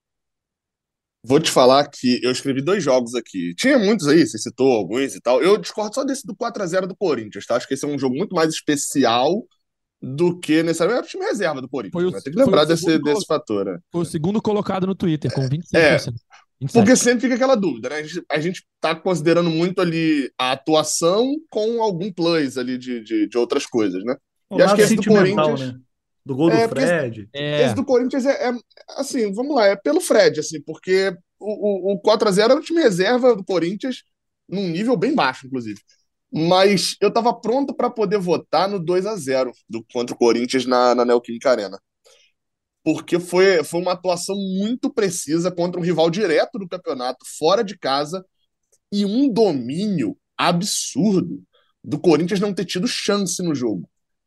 [SPEAKER 3] Vou te falar que eu escrevi dois jogos aqui. Tinha muitos aí, você citou alguns e tal. Eu discordo só desse do quatro a zero do Corinthians, tá? Acho que esse é um jogo muito mais especial do que necessariamente o time reserva do
[SPEAKER 1] foi
[SPEAKER 3] Corinthians,
[SPEAKER 1] o,
[SPEAKER 3] né? Tem que
[SPEAKER 1] foi o
[SPEAKER 3] lembrar desse,
[SPEAKER 1] segundo,
[SPEAKER 3] desse
[SPEAKER 1] colo-
[SPEAKER 3] fator, né?
[SPEAKER 1] foi o segundo colocado no Twitter, com vinte e seis por
[SPEAKER 3] É,
[SPEAKER 1] cento.
[SPEAKER 3] porque
[SPEAKER 1] vinte e sete.
[SPEAKER 3] sempre fica aquela dúvida, né? A gente, a gente tá considerando muito ali a atuação com algum plus ali de, de, de outras coisas, né?
[SPEAKER 5] O
[SPEAKER 3] E acho que
[SPEAKER 5] lado
[SPEAKER 3] esse do
[SPEAKER 5] sentimental,
[SPEAKER 3] Corinthians.
[SPEAKER 5] né? Do gol do
[SPEAKER 3] É, porque esse,
[SPEAKER 5] Fred.
[SPEAKER 3] esse
[SPEAKER 1] É,
[SPEAKER 3] do Corinthians é, é, assim, vamos lá, é pelo Fred, assim, porque o, o, o quatro a zero era o time reserva do Corinthians num nível bem baixo, inclusive. Mas eu tava pronto para poder votar no dois a zero do, contra o Corinthians na, na Neoquímica Arena. Porque foi, foi uma atuação muito precisa contra um rival direto do campeonato, fora de casa, e um domínio absurdo do Corinthians não ter tido chance no jogo.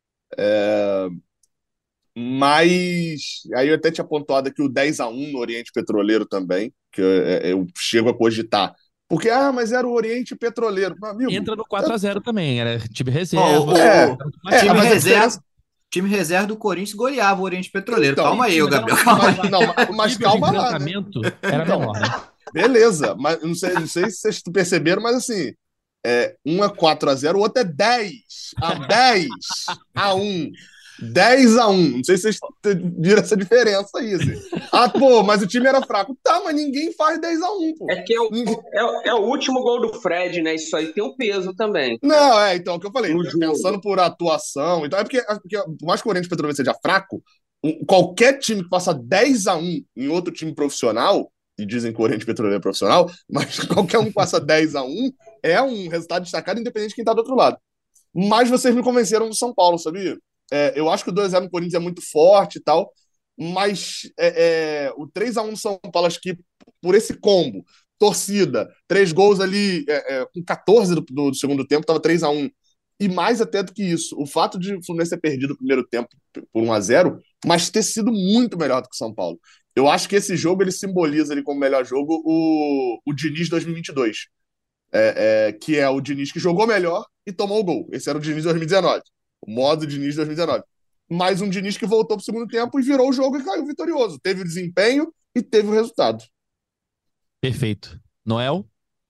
[SPEAKER 3] Mas aí eu até tinha pontuado aqui o dez a um no Oriente Petroleiro também, que eu, é, eu chego a cogitar. Porque, ah, mas era o Oriente Petroleiro. Meu amigo,
[SPEAKER 1] entra no quatro a zero também. Era time
[SPEAKER 4] Ó,
[SPEAKER 1] reserva.
[SPEAKER 4] o,
[SPEAKER 3] é,
[SPEAKER 4] o- o
[SPEAKER 1] Mas
[SPEAKER 3] é,
[SPEAKER 4] time
[SPEAKER 3] mas a
[SPEAKER 4] reserva,
[SPEAKER 3] diferença.
[SPEAKER 4] time reserva do Corinthians goleava o Oriente Petroleiro.
[SPEAKER 3] Então,
[SPEAKER 4] Calma aí, ô
[SPEAKER 1] mas era
[SPEAKER 4] Gabriel,
[SPEAKER 1] um-
[SPEAKER 4] calma
[SPEAKER 3] mas,
[SPEAKER 4] aí.
[SPEAKER 3] não,
[SPEAKER 1] o
[SPEAKER 3] mas
[SPEAKER 1] nível de
[SPEAKER 3] calma lá, né?
[SPEAKER 1] enfrentamento era
[SPEAKER 3] Então,
[SPEAKER 1] menor, né?
[SPEAKER 3] beleza, mas não sei, não sei se vocês perceberam, mas assim, é, um é quatro a zero, o outro é dez a dez a um. dez a um. Não sei se vocês te- viram essa diferença aí, assim. Ah, pô, mas o time era fraco. Tá, mas ninguém faz dez a um, pô.
[SPEAKER 2] É que é o,
[SPEAKER 3] Ninguém-
[SPEAKER 2] é, o- é o último gol do Fred, né? Isso aí tem um peso também
[SPEAKER 3] Não, é, então, o que eu falei,
[SPEAKER 2] no jogo.
[SPEAKER 3] pensando por atuação, então, é porque, é porque por mais que o Corinthians Petroleiro seja fraco, um- qualquer time que faça dez a um em outro time profissional, e dizem que o Corinthians Petroleiro é profissional, mas qualquer um que faça dez a um é um resultado destacado, independente de quem tá do outro lado. Mas vocês me convenceram do São Paulo, sabia? É, eu acho que o dois a zero no Corinthians é muito forte e tal, mas é, é, o três a um no São Paulo, acho que por esse combo, torcida, três gols ali, é, é, com quatorze do, do, do segundo tempo, tava três a um. E mais até do que isso, o fato de o Fluminense ter perdido o primeiro tempo por um a zero, mas ter sido muito melhor do que o São Paulo. Eu acho que esse jogo ele simboliza ali como melhor jogo o, o Diniz dois mil e vinte e dois, é, é, que é o Diniz que jogou melhor e tomou o gol. Esse era o Diniz dois mil e dezenove, o modo Diniz dois mil e dezenove. Mais um Diniz que voltou pro segundo tempo e virou o jogo e caiu vitorioso. Teve o desempenho e teve o resultado.
[SPEAKER 1] Perfeito. Noel?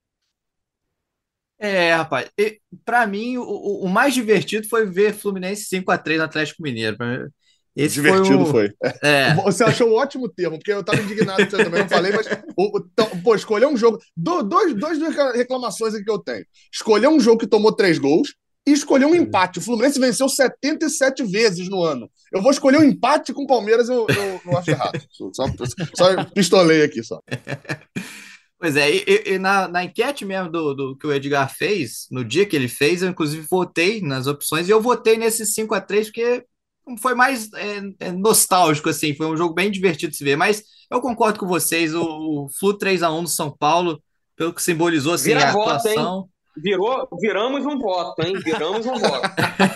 [SPEAKER 4] É, rapaz, e, pra mim, o, o- o mais divertido foi ver Fluminense cinco a três no Atlético Mineiro. Pra mim, esse foi
[SPEAKER 3] Divertido
[SPEAKER 4] o.
[SPEAKER 3] foi.
[SPEAKER 4] É,
[SPEAKER 3] Você achou um ótimo termo, porque eu tava indignado que você também não falei, mas o, o- então, pô, escolher um jogo. Do, dois, dois duas reclamações aqui que eu tenho. Escolher um jogo que tomou três gols e escolher um empate. O Fluminense venceu setenta e sete vezes no ano. Eu vou escolher um empate com o Palmeiras, eu, eu não acho errado. Só, só pistolei aqui só.
[SPEAKER 4] pois é, e, e- e na, na enquete mesmo do, do que o Edgar fez, no dia que ele fez, eu inclusive votei nas opções e eu votei nesse cinco a três porque foi mais é, é, nostálgico, assim, foi um jogo bem divertido de se ver, mas eu concordo com vocês, o, o Flu três a um do São Paulo, pelo que simbolizou, assim,
[SPEAKER 2] Vira
[SPEAKER 4] a
[SPEAKER 2] voto, hein?
[SPEAKER 4] atuação.
[SPEAKER 2] Virou, viramos um voto, hein? Viramos um voto.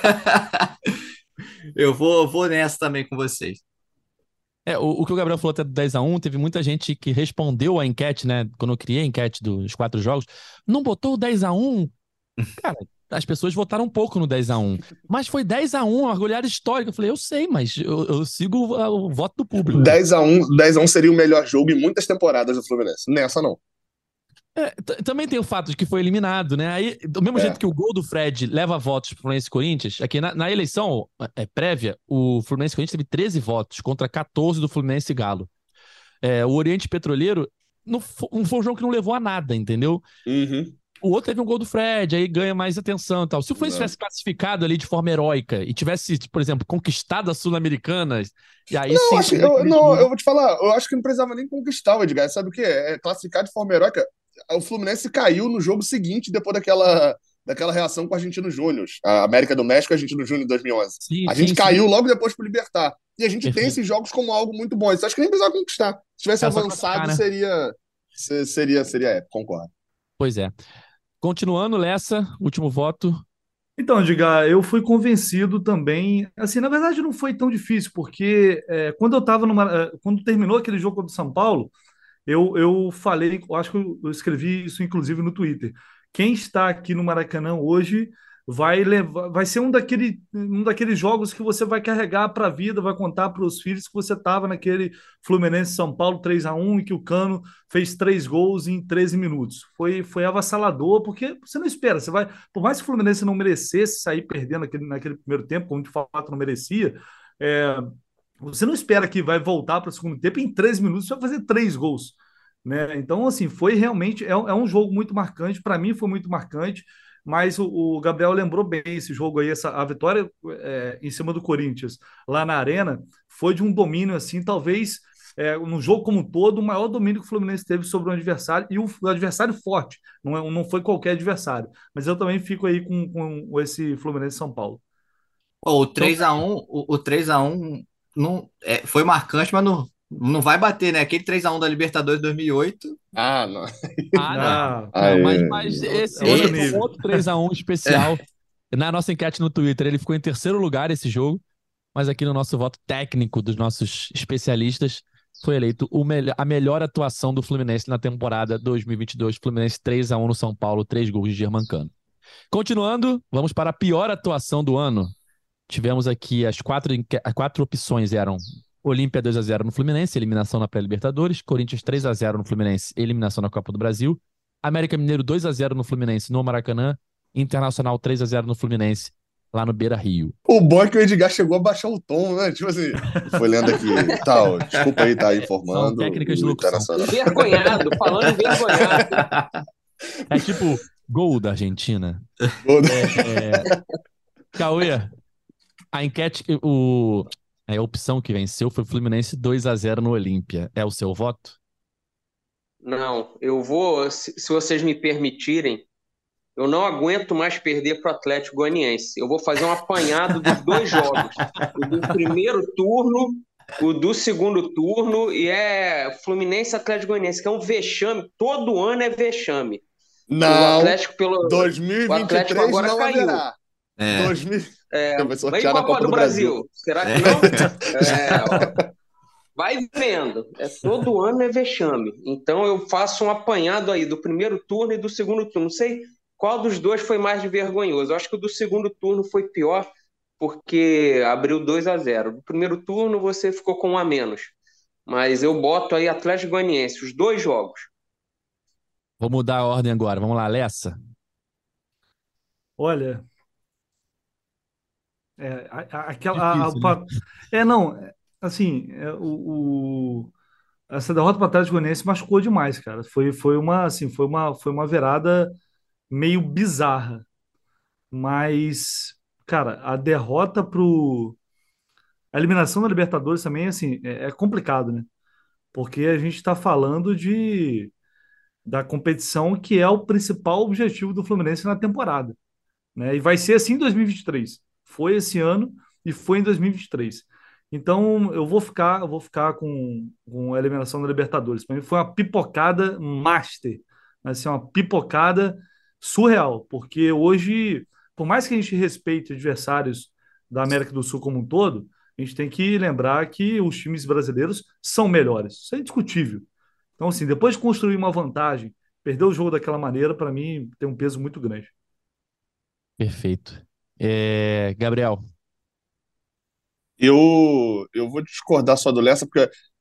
[SPEAKER 4] Eu vou, vou nessa também com vocês.
[SPEAKER 1] É, o, o que o Gabriel falou até do dez a um, teve muita gente que respondeu a enquete, né? Quando eu criei a enquete dos quatro jogos, não botou o dez a um. Cara, as pessoas votaram um pouco no dez a um. Mas foi dez a um, uma goleada histórica. Eu falei, eu sei, mas eu, eu sigo o, o voto do público.
[SPEAKER 3] dez a um, dez a um seria o melhor jogo em muitas temporadas do Fluminense. Nessa, não.
[SPEAKER 1] É, t- também tem o fato de que foi eliminado, né? Aí, do mesmo
[SPEAKER 3] É.
[SPEAKER 1] jeito que o gol do Fred leva votos pro Fluminense e Corinthians, aqui na, na eleição é, prévia, o Fluminense e Corinthians teve treze votos contra quatorze do Fluminense e Galo. É, o Oriente Petroleiro não fo- não foi um jogo que não levou a nada, entendeu?
[SPEAKER 3] Uhum.
[SPEAKER 1] O outro teve um gol do Fred, aí ganha mais atenção e tal. Se o Fluminense
[SPEAKER 3] Não.
[SPEAKER 1] tivesse classificado ali de forma heróica e tivesse, por exemplo, conquistado a Sul-Americana, e aí
[SPEAKER 3] Não,
[SPEAKER 1] sim,
[SPEAKER 3] acho que,
[SPEAKER 1] talvez
[SPEAKER 3] eu,
[SPEAKER 1] aquele
[SPEAKER 3] não, eu
[SPEAKER 1] jogo.
[SPEAKER 3] vou te falar, eu acho que não precisava nem conquistar o Edgar. Sabe o quê? É classificar de forma heróica. O Fluminense caiu no jogo seguinte, depois daquela, daquela reação com o Argentino Júnior. A América do México e Argentino Júnior em dois mil e onze.
[SPEAKER 1] Sim,
[SPEAKER 3] A gente
[SPEAKER 1] sim, sim.
[SPEAKER 3] caiu logo depois pro Libertad. E a gente tem
[SPEAKER 1] Perfeito.
[SPEAKER 3] esses jogos como algo muito bom. Isso acho que nem precisava conquistar. Se tivesse
[SPEAKER 1] Era só classificar,
[SPEAKER 3] avançado,
[SPEAKER 1] né?
[SPEAKER 3] seria, se- seria, seria épico, concordo.
[SPEAKER 1] Pois é. Continuando, Lessa, último voto.
[SPEAKER 5] Então, diga, eu fui convencido também. Assim, na verdade, não foi tão difícil, porque é, quando eu estava numa. é, Quando terminou aquele jogo contra o São Paulo, eu, eu falei, eu acho que eu, eu escrevi isso inclusive no Twitter. Quem está aqui no Maracanã hoje vai levar, vai ser um, daquele, um daqueles jogos que você vai carregar para a vida, vai contar para os filhos que você estava naquele Fluminense São Paulo três a um e que o Cano fez três gols em treze minutos. Foi, foi avassalador, porque você não espera, você vai, por mais que o Fluminense não merecesse sair perdendo naquele, naquele primeiro tempo, como de fato não merecia, é, você não espera que vai voltar para o segundo tempo e em três minutos você vai fazer três gols. Né? Então, assim, foi realmente. É, é um jogo muito marcante. Para mim, foi muito marcante. Mas o, o Gabriel lembrou bem esse jogo aí, essa, a vitória é, em cima do Corinthians lá na Arena foi de um domínio, assim, talvez é, no jogo como um todo, o maior domínio que o Fluminense teve sobre o adversário e o, o adversário forte. Não, é, não foi qualquer adversário. Mas eu também fico aí com, com esse Fluminense São Paulo.
[SPEAKER 4] Pô, o
[SPEAKER 1] Então,
[SPEAKER 4] três a um, o, o três a um não, é, foi marcante, mas não, não vai bater, né? Aquele três a um da Libertadores dois mil e oito.
[SPEAKER 3] Ah, não.
[SPEAKER 1] ah, não.
[SPEAKER 5] Ah,
[SPEAKER 1] Não, mas,
[SPEAKER 3] Aí,
[SPEAKER 1] mas
[SPEAKER 5] é outro, é
[SPEAKER 1] esse,
[SPEAKER 5] outro
[SPEAKER 1] esse foi um
[SPEAKER 5] nível.
[SPEAKER 1] outro três a um
[SPEAKER 4] É,
[SPEAKER 1] especial. Na nossa enquete no Twitter, ele ficou em terceiro lugar esse jogo, mas aqui no nosso voto técnico dos nossos especialistas, foi eleito o melhor, a melhor atuação do Fluminense na temporada dois mil e vinte e dois. Fluminense três a um no São Paulo, três gols de Germancano. Continuando, vamos para a pior atuação do ano. Tivemos aqui as quatro, as quatro opções eram Olímpia dois a zero no Fluminense, eliminação na pré-Libertadores, Corinthians três a zero no Fluminense, eliminação na Copa do Brasil, América Mineiro dois a zero no Fluminense no Maracanã, Internacional três a zero no Fluminense lá no Beira-Rio.
[SPEAKER 3] o bom é que o Edgar chegou a baixar o tom, né? Tipo assim, foi lendo aqui, tal, desculpa aí estar
[SPEAKER 1] São
[SPEAKER 3] informando
[SPEAKER 1] técnicas de
[SPEAKER 3] o
[SPEAKER 1] locução.
[SPEAKER 3] Internacional.
[SPEAKER 2] Envergonhado, falando envergonhado.
[SPEAKER 1] É tipo gol da Argentina.
[SPEAKER 3] Gol do-
[SPEAKER 1] É, Cauê, a enquete, o, a opção que venceu foi Fluminense dois a zero no Olímpia. É o seu voto?
[SPEAKER 2] Não, eu vou, se, se vocês me permitirem, eu não aguento mais perder para o Atlético Goianiense. Eu vou fazer um apanhado dos dois jogos, o do primeiro turno, o do segundo turno, e é Fluminense e Atlético Goianiense, que é um vexame. Todo ano é vexame. O
[SPEAKER 3] Não,
[SPEAKER 2] Atlético pelo, o Atlético
[SPEAKER 3] dois mil e vinte e três
[SPEAKER 2] agora
[SPEAKER 3] não
[SPEAKER 2] caiu.
[SPEAKER 3] haverá.
[SPEAKER 4] é,
[SPEAKER 3] dois mil
[SPEAKER 2] É,
[SPEAKER 3] Vai
[SPEAKER 2] vem
[SPEAKER 3] sortear na
[SPEAKER 2] Copa
[SPEAKER 3] Copa
[SPEAKER 2] do
[SPEAKER 3] do Brasil.
[SPEAKER 2] Brasil. Será que
[SPEAKER 4] é.
[SPEAKER 2] não? É, ó, vai vendo. É, todo ano é vexame. Então eu faço um apanhado aí do primeiro turno e do segundo turno. Não sei qual dos dois foi mais vergonhoso. Eu acho que o do segundo turno foi pior, porque abriu dois a zero. No primeiro turno você ficou com um a menos. Mas eu boto aí Atlético Goianiense, os dois jogos.
[SPEAKER 1] Vou mudar a ordem agora. Vamos lá, Lessa.
[SPEAKER 5] Olha, é, a- a- aquela. a- a-
[SPEAKER 1] Difícil, né?
[SPEAKER 5] pa- é, não, é, assim, é, o, o- essa derrota para o Atlético Goianiense machucou demais, cara. Foi, foi uma, assim, foi uma, foi uma virada meio bizarra. Mas, cara, a derrota pro. A eliminação da Libertadores também, assim, é, é complicado, né? Porque a gente está falando de da competição que é o principal objetivo do Fluminense na temporada, né? E vai ser assim em dois mil e vinte e três. Foi esse ano e foi em dois mil e vinte e três. Então eu vou ficar, eu vou ficar com, com a eliminação da Libertadores. Para mim foi uma pipocada master, assim, uma pipocada surreal, porque hoje, por mais que a gente respeite adversários da América do Sul como um todo, a gente tem que lembrar que os times brasileiros são melhores. Isso é indiscutível. Então, assim, depois de construir uma vantagem, perder o jogo daquela maneira, para mim, tem um peso muito grande.
[SPEAKER 1] Perfeito. É, Gabriel.
[SPEAKER 3] Eu, eu vou discordar só do Lessa, porque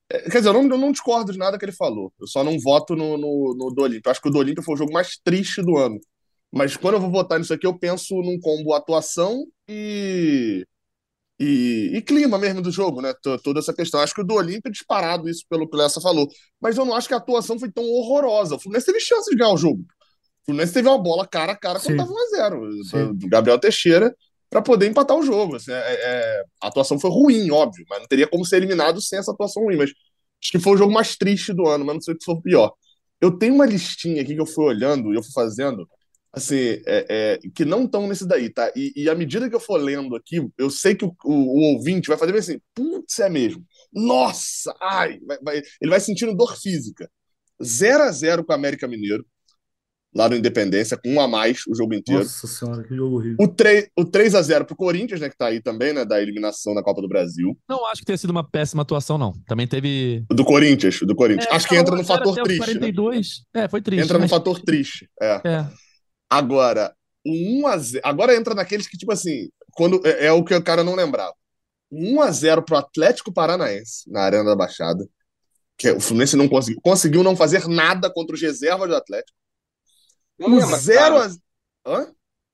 [SPEAKER 3] É, quer dizer, eu não, eu não discordo de nada que ele falou. Eu só não voto no, no, no do Olímpio. Eu acho que o do Olímpio foi o jogo mais triste do ano. Mas quando eu vou votar nisso aqui, eu penso num combo atuação e, e, e clima mesmo do jogo, né? T- Toda essa questão. Acho que o do Olímpio é disparado isso pelo que o Lessa falou. Mas eu não acho que a atuação foi tão horrorosa. O Fluminense teve chance de ganhar o jogo. O Fluminense teve uma bola cara a cara quando
[SPEAKER 5] Sim,
[SPEAKER 3] tava um a zero
[SPEAKER 5] sim.
[SPEAKER 3] do Gabriel Teixeira para poder empatar o jogo. Assim, é- é- a atuação foi ruim, óbvio, mas não teria como ser eliminado sem essa atuação ruim. Mas acho que foi o jogo mais triste do ano, mas não sei o que foi o pior. Eu tenho uma listinha aqui que eu fui olhando e eu fui fazendo, assim, é- é, que não estão nesse daí, tá? E, e à medida que eu for lendo aqui, eu sei que o, o- o ouvinte vai fazer bem assim, putz, é mesmo. Nossa, ai, vai- vai- ele vai sentindo dor física. Zero a zero com o América Mineiro lá no Independência, com um a mais o jogo inteiro.
[SPEAKER 5] Nossa senhora, que jogo horrível.
[SPEAKER 3] O, três o três a zero pro Corinthians, né, que tá aí também, né, da eliminação da Copa do Brasil.
[SPEAKER 1] Não acho que tenha sido uma péssima atuação, não. Também teve.
[SPEAKER 3] O do Corinthians, o do Corinthians.
[SPEAKER 1] É,
[SPEAKER 3] Acho que
[SPEAKER 1] tava
[SPEAKER 3] entra
[SPEAKER 1] um a
[SPEAKER 3] no
[SPEAKER 1] zero
[SPEAKER 3] fator
[SPEAKER 1] até os
[SPEAKER 3] triste, né?
[SPEAKER 1] quarenta e dois. É, foi triste,
[SPEAKER 3] Entra no
[SPEAKER 1] mas.
[SPEAKER 3] fator triste, é.
[SPEAKER 1] É.
[SPEAKER 3] Agora, o um a zero... Agora entra naqueles que, tipo assim, quando é, é o que o cara não lembrava. um a zero pro Atlético Paranaense, na Arena da Baixada, que o Fluminense não conseguiu, conseguiu não fazer nada contra os reservas do Atlético.
[SPEAKER 2] Bem
[SPEAKER 3] O zero
[SPEAKER 2] lembrado.
[SPEAKER 3] a... Hã?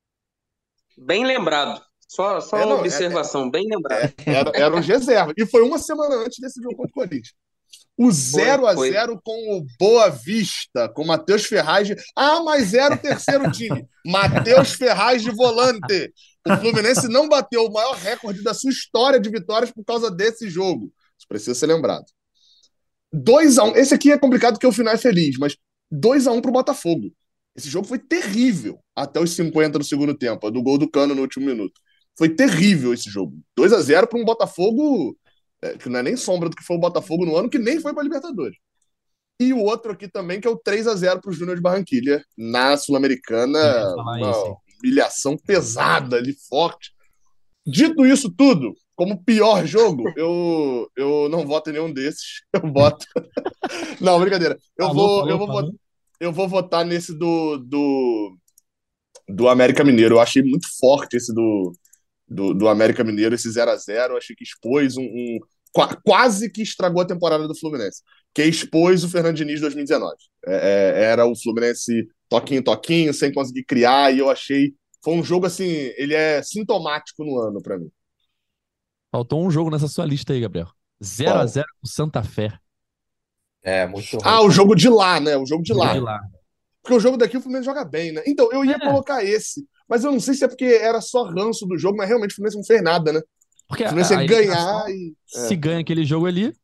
[SPEAKER 2] Bem lembrado. Só, só
[SPEAKER 3] É,
[SPEAKER 2] uma
[SPEAKER 3] não, é,
[SPEAKER 2] observação, bem lembrado.
[SPEAKER 3] é, era, eram os reservas. E foi uma semana antes desse jogo contra o Corinthians. O
[SPEAKER 2] Foi,
[SPEAKER 3] zero a
[SPEAKER 2] foi.
[SPEAKER 3] zero com o Boa Vista, com o Matheus Ferraz. de- Ah, mas era o terceiro time. Matheus Ferraz de volante. O Fluminense não bateu o maior recorde da sua história de vitórias por causa desse jogo. Isso precisa ser lembrado. dois a um. Esse aqui é complicado porque o final é feliz, mas dois a um pro Botafogo. Esse jogo foi terrível até os cinquenta do segundo tempo, do gol do Cano no último minuto. Foi terrível esse jogo. dois a zero para um Botafogo é, que não é nem sombra do que foi o Botafogo no ano, que nem foi para Libertadores. E o outro aqui também, que é o três a zero para o Júnior de Barranquilha, na Sul-Americana,
[SPEAKER 1] Eu ia falar
[SPEAKER 3] uma
[SPEAKER 1] isso, hein?
[SPEAKER 3] humilhação pesada ali, forte. Dito isso tudo, como pior jogo, eu, eu não voto em nenhum desses. Eu voto. Não, brincadeira. Eu
[SPEAKER 1] Falou,
[SPEAKER 3] vou,
[SPEAKER 1] falou,
[SPEAKER 3] eu vou,
[SPEAKER 1] falou.
[SPEAKER 3] votar, eu vou votar nesse do, do, do América Mineiro. Eu achei muito forte esse do, do, do América Mineiro, esse zero a zero. Eu achei que expôs um, um- qua- quase que estragou a temporada do Fluminense, que expôs o Fernando Diniz dois mil e dezenove. É, é, era o Fluminense toquinho, toquinho, sem conseguir criar, e eu achei. Foi um jogo assim, ele é sintomático no ano pra mim.
[SPEAKER 1] Faltou um jogo nessa sua lista aí, Gabriel. zero a
[SPEAKER 3] Qual?
[SPEAKER 1] zero com Santa Fé.
[SPEAKER 4] É, muito
[SPEAKER 3] Ah,
[SPEAKER 4] ruim.
[SPEAKER 3] o jogo de lá, né? O jogo de
[SPEAKER 1] Jogo
[SPEAKER 3] lá.
[SPEAKER 1] de lá.
[SPEAKER 3] Porque o jogo daqui o Fluminense joga bem, né? Então, eu ia
[SPEAKER 1] É,
[SPEAKER 3] colocar esse. Mas eu não sei se é porque era só ranço do jogo, mas realmente o Fluminense não fez nada, né?
[SPEAKER 1] porque
[SPEAKER 3] O
[SPEAKER 1] a,
[SPEAKER 3] Fluminense ia
[SPEAKER 1] a
[SPEAKER 3] ganhar
[SPEAKER 1] eliminação,
[SPEAKER 3] e.
[SPEAKER 1] se ganha aquele jogo ali,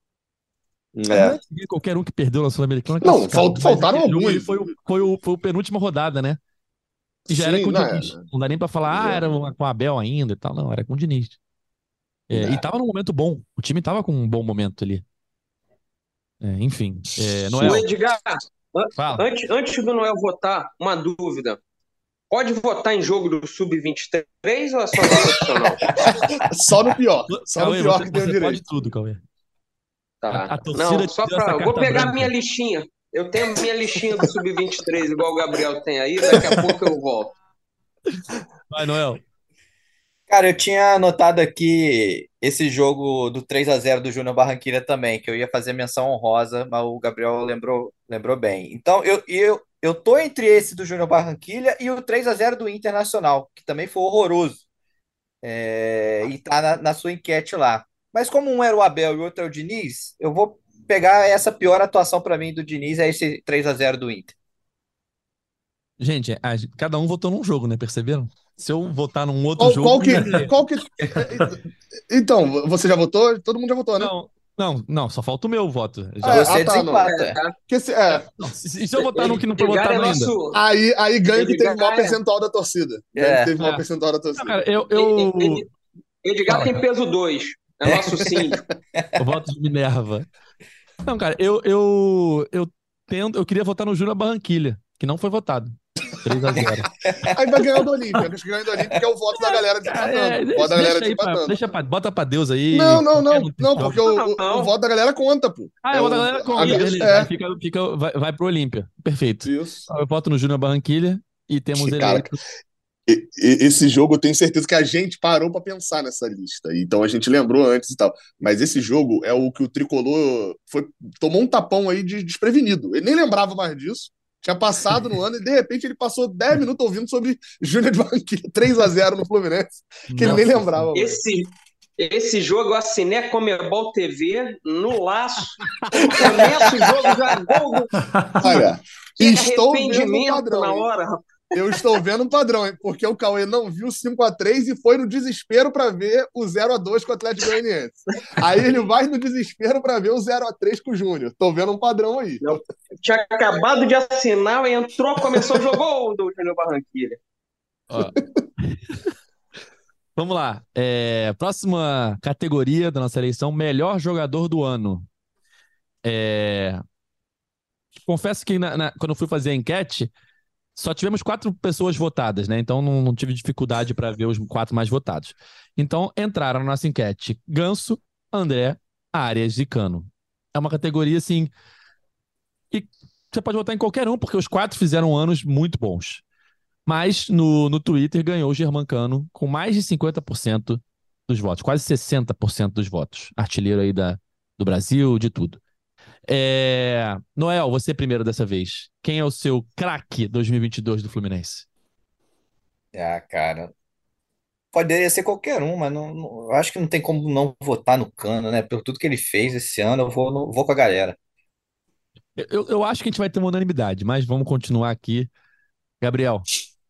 [SPEAKER 3] É.
[SPEAKER 1] não
[SPEAKER 3] É.
[SPEAKER 1] é que qualquer um que perdeu na Sul-Americana é
[SPEAKER 3] Não,
[SPEAKER 1] classificado.
[SPEAKER 3] fal-
[SPEAKER 1] Mas
[SPEAKER 3] faltaram
[SPEAKER 1] aquele jogo ali
[SPEAKER 3] alguns.
[SPEAKER 1] foi, o- foi, o, foi a penúltima rodada, né? E já era
[SPEAKER 3] Sim,
[SPEAKER 1] com o
[SPEAKER 3] não é.
[SPEAKER 1] Diniz. Não dá nem pra falar, ah,
[SPEAKER 3] É.
[SPEAKER 1] era uma- com o Abel ainda e tal. Não, era com o Diniz. É, e
[SPEAKER 3] É.
[SPEAKER 1] tava num momento bom. O time tava com um bom momento ali. É, enfim. É,
[SPEAKER 2] O
[SPEAKER 1] Noel,
[SPEAKER 2] Edgar, an-
[SPEAKER 1] fala.
[SPEAKER 2] antes, antes do Noel votar, uma dúvida. Pode votar em jogo do sub vinte e três ou é só no profissional?
[SPEAKER 3] Só no pior. Só no
[SPEAKER 1] Cauê,
[SPEAKER 3] pior
[SPEAKER 1] você,
[SPEAKER 3] que tem o
[SPEAKER 1] você pode
[SPEAKER 3] direito.
[SPEAKER 1] tudo, Cauê. A, a
[SPEAKER 2] Tá.
[SPEAKER 1] torcida
[SPEAKER 2] Não,
[SPEAKER 1] te
[SPEAKER 2] só
[SPEAKER 1] deu essa
[SPEAKER 2] pra. Vou
[SPEAKER 1] carta
[SPEAKER 2] pegar
[SPEAKER 1] branca.
[SPEAKER 2] minha listinha. Eu tenho minha listinha do sub vinte e três, igual o Gabriel tem aí. Daqui a pouco eu volto.
[SPEAKER 1] Vai, Noel.
[SPEAKER 4] Cara, eu tinha anotado aqui esse jogo do três a zero do Júnior Barranquilla também, que eu ia fazer menção honrosa, mas o Gabriel lembrou, lembrou bem. Então, eu, eu, eu tô entre esse do Júnior Barranquilla e o três a zero do Internacional, que também foi horroroso. É, e tá na, na sua enquete lá. Mas como um era o Abel e o outro é o Diniz, eu vou pegar essa pior atuação para mim do Diniz, é esse três a zero do Inter.
[SPEAKER 1] Gente, a- cada um votou num jogo, né? Perceberam? Se eu votar num outro
[SPEAKER 3] Qual,
[SPEAKER 1] jogo.
[SPEAKER 3] qual que.
[SPEAKER 1] não ia ter.
[SPEAKER 3] Qual que. é, é, Então, você já votou? Todo mundo já votou, né?
[SPEAKER 1] Não, não, não, só falta o meu voto. Já-
[SPEAKER 3] Ah, é,
[SPEAKER 4] Você
[SPEAKER 3] ah, tá, não.
[SPEAKER 4] desempata.
[SPEAKER 3] Porque se- é,
[SPEAKER 1] Não, se, se eu votar num que não foi
[SPEAKER 2] Edgar é
[SPEAKER 1] votado ainda.
[SPEAKER 2] nosso.
[SPEAKER 3] aí, aí ganha o que teve o maior
[SPEAKER 2] Edgar é.
[SPEAKER 3] percentual da torcida. Ganha o que
[SPEAKER 4] É.
[SPEAKER 3] teve o maior
[SPEAKER 1] É.
[SPEAKER 3] percentual da
[SPEAKER 1] Não,
[SPEAKER 3] torcida.
[SPEAKER 1] cara, eu, eu,
[SPEAKER 2] Ed- Edgar
[SPEAKER 1] Fala,
[SPEAKER 2] tem
[SPEAKER 1] cara.
[SPEAKER 2] peso dois. É nosso síndico.
[SPEAKER 1] eu voto de Minerva. Não, cara, eu, eu, eu tento, eu queria votar no Júnior Barranquilha, que não foi votado. três a zero.
[SPEAKER 3] Aí vai ganhar o do Olímpia. Acho que ganha o do Olímpia, que é o voto da galera
[SPEAKER 1] Cara,
[SPEAKER 3] desempatando.
[SPEAKER 1] é,
[SPEAKER 3] O voto
[SPEAKER 1] deixa,
[SPEAKER 3] da galera
[SPEAKER 1] deixa aí, pra,
[SPEAKER 3] desempatando.
[SPEAKER 1] deixa pra, bota pra Deus aí.
[SPEAKER 3] Não, não,
[SPEAKER 1] qualquer
[SPEAKER 3] não.
[SPEAKER 1] um tem
[SPEAKER 3] Não,
[SPEAKER 1] que
[SPEAKER 3] porque o, o,
[SPEAKER 2] Não.
[SPEAKER 3] o voto da galera conta, pô.
[SPEAKER 1] Ah,
[SPEAKER 3] É
[SPEAKER 1] é o da
[SPEAKER 3] o-
[SPEAKER 1] galera com
[SPEAKER 3] a-
[SPEAKER 1] beleza.
[SPEAKER 3] é.
[SPEAKER 1] Aí fica, fica, vai, vai pro Olímpia. Perfeito.
[SPEAKER 3] Isso.
[SPEAKER 1] Eu voto no Júnior Barranquilha e temos
[SPEAKER 3] Cara,
[SPEAKER 1] eleito
[SPEAKER 3] e- e- esse jogo eu tenho certeza que a gente parou pra pensar nessa lista. Então a gente lembrou antes e tal. Mas esse jogo é o que o Tricolor foi, tomou um tapão aí de desprevenido. Ele nem lembrava mais disso. Tinha passado no ano e de repente ele passou dez minutos ouvindo sobre Júnior de Barranquilla, três a zero no Fluminense, que ele nem
[SPEAKER 5] Nossa
[SPEAKER 3] lembrava mais.
[SPEAKER 2] Esse, esse jogo eu assinei a Comebol T V no laço. Começa o jogo, já gol do...
[SPEAKER 3] Olha,
[SPEAKER 2] Que
[SPEAKER 3] estou vendo um
[SPEAKER 2] arrependimento
[SPEAKER 3] padrão,
[SPEAKER 2] na
[SPEAKER 3] hein?
[SPEAKER 2] hora, rapaz.
[SPEAKER 3] Eu estou vendo um padrão, hein? Porque o Cauê não viu cinco a três e foi no desespero para ver o zero a dois com o Atlético Goianiense. Aí ele vai no desespero para ver o zero a três com o Júnior. Tô vendo um padrão aí.
[SPEAKER 2] Eu tinha acabado de assinar, entrou, começou, jogou o do Júnior Barranquilla.
[SPEAKER 1] Ó. Vamos lá. É, próxima categoria da nossa eleição, melhor jogador do ano. É, confesso que na- na- quando eu fui fazer a enquete, só tivemos quatro pessoas votadas, né? Então não, não tive dificuldade para ver os quatro mais votados. Então entraram na nossa enquete Ganso, André, Arias e Cano. É uma categoria assim que você pode votar em qualquer um, porque os quatro fizeram anos muito bons. Mas no, no Twitter ganhou o Germancano com mais de cinquenta por cento dos votos, quase sessenta por cento dos votos. Artilheiro aí da, do Brasil, de tudo. É... Noel, você primeiro dessa vez. Quem é o seu craque dois mil e vinte e dois do Fluminense?
[SPEAKER 4] Ah, cara, poderia ser qualquer um, mas não, não- eu acho que não tem como não votar no Cano, né? Por tudo que ele fez esse ano, eu vou, no- vou com a galera.
[SPEAKER 1] Eu, eu eu acho que a gente vai ter uma unanimidade, mas vamos continuar aqui. Gabriel.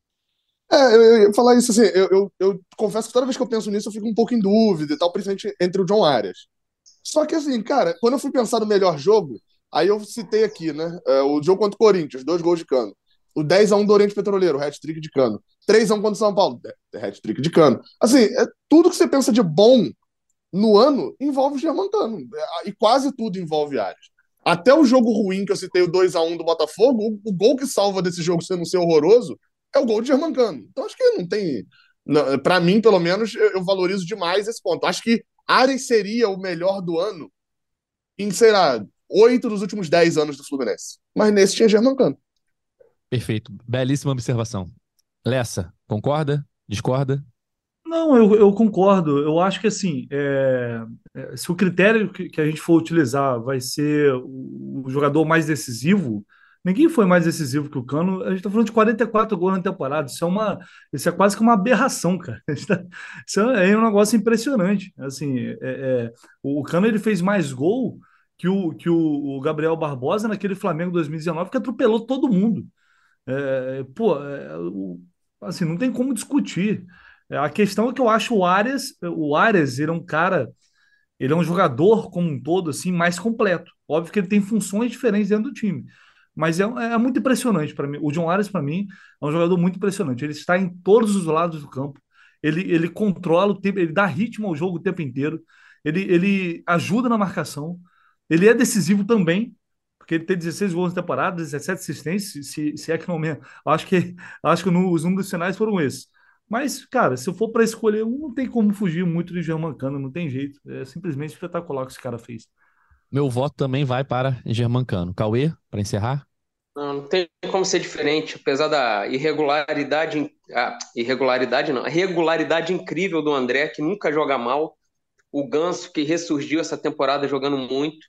[SPEAKER 3] É, eu, eu ia falar isso assim, eu, eu, eu confesso que toda vez que eu penso nisso eu fico um pouco em dúvida e tal, principalmente entre o John Arias. Só que assim, cara, quando eu fui pensar no melhor jogo, aí eu citei aqui, né? é, o jogo contra o Corinthians, dois gols de Cano. O dez a um do Oriente Petroleiro, hat-trick de Cano. três a um contra o São Paulo, é, hat-trick de Cano. Assim, é, tudo que você pensa de bom no ano envolve o Germancano. É, e quase tudo envolve Arias. Até o jogo ruim que eu citei, o dois a um do Botafogo, o, o gol que salva desse jogo sendo ser horroroso é o gol de Germancano. Então acho que não tem. Não, pra mim, pelo menos, eu, eu valorizo demais esse ponto. Acho que Arias seria o melhor do ano em, sei lá, oito dos últimos dez anos do Fluminense. Mas nesse tinha Germancano.
[SPEAKER 1] Perfeito. Belíssima observação. Lessa, concorda? Discorda?
[SPEAKER 5] Não, eu, eu concordo. Eu acho que assim, é, é, se o critério que, que a gente for utilizar vai ser o, o jogador mais decisivo, ninguém foi mais decisivo que o Cano. A gente está falando de quarenta e quatro gols na temporada. Isso é uma, isso é quase que uma aberração, cara. A gente tá- Isso é, é um negócio impressionante. Assim, é, é, o Cano ele fez mais gol que o, que o, o Gabriel Barbosa naquele Flamengo dois mil e dezenove que atropelou todo mundo. É, pô, é, o- assim, não tem como discutir. É, a questão é que eu acho o Arias, o Arias, ele é um cara, ele é um jogador como um todo, assim, mais completo. Óbvio que ele tem funções diferentes dentro do time, mas é, é muito impressionante para mim. O John Arias, para mim, é um jogador muito impressionante. Ele está em todos os lados do campo, ele, ele controla o tempo, ele dá ritmo ao jogo o tempo inteiro, ele, ele ajuda na marcação, ele é decisivo também, porque ele tem dezesseis gols na temporada, dezessete assistências, se, se é que não me... Acho que, acho que no, os números finais foram esses. Mas, cara, se eu for para escolher um, não tem como fugir muito de Germancano, não tem jeito. É simplesmente espetacular o que esse cara fez.
[SPEAKER 1] Meu voto também vai para Germancano. Cauê, para encerrar?
[SPEAKER 2] Não, não tem como ser diferente, apesar da irregularidade, a irregularidade não, a regularidade incrível do André, que nunca joga mal, o Ganso, que ressurgiu essa temporada jogando muito,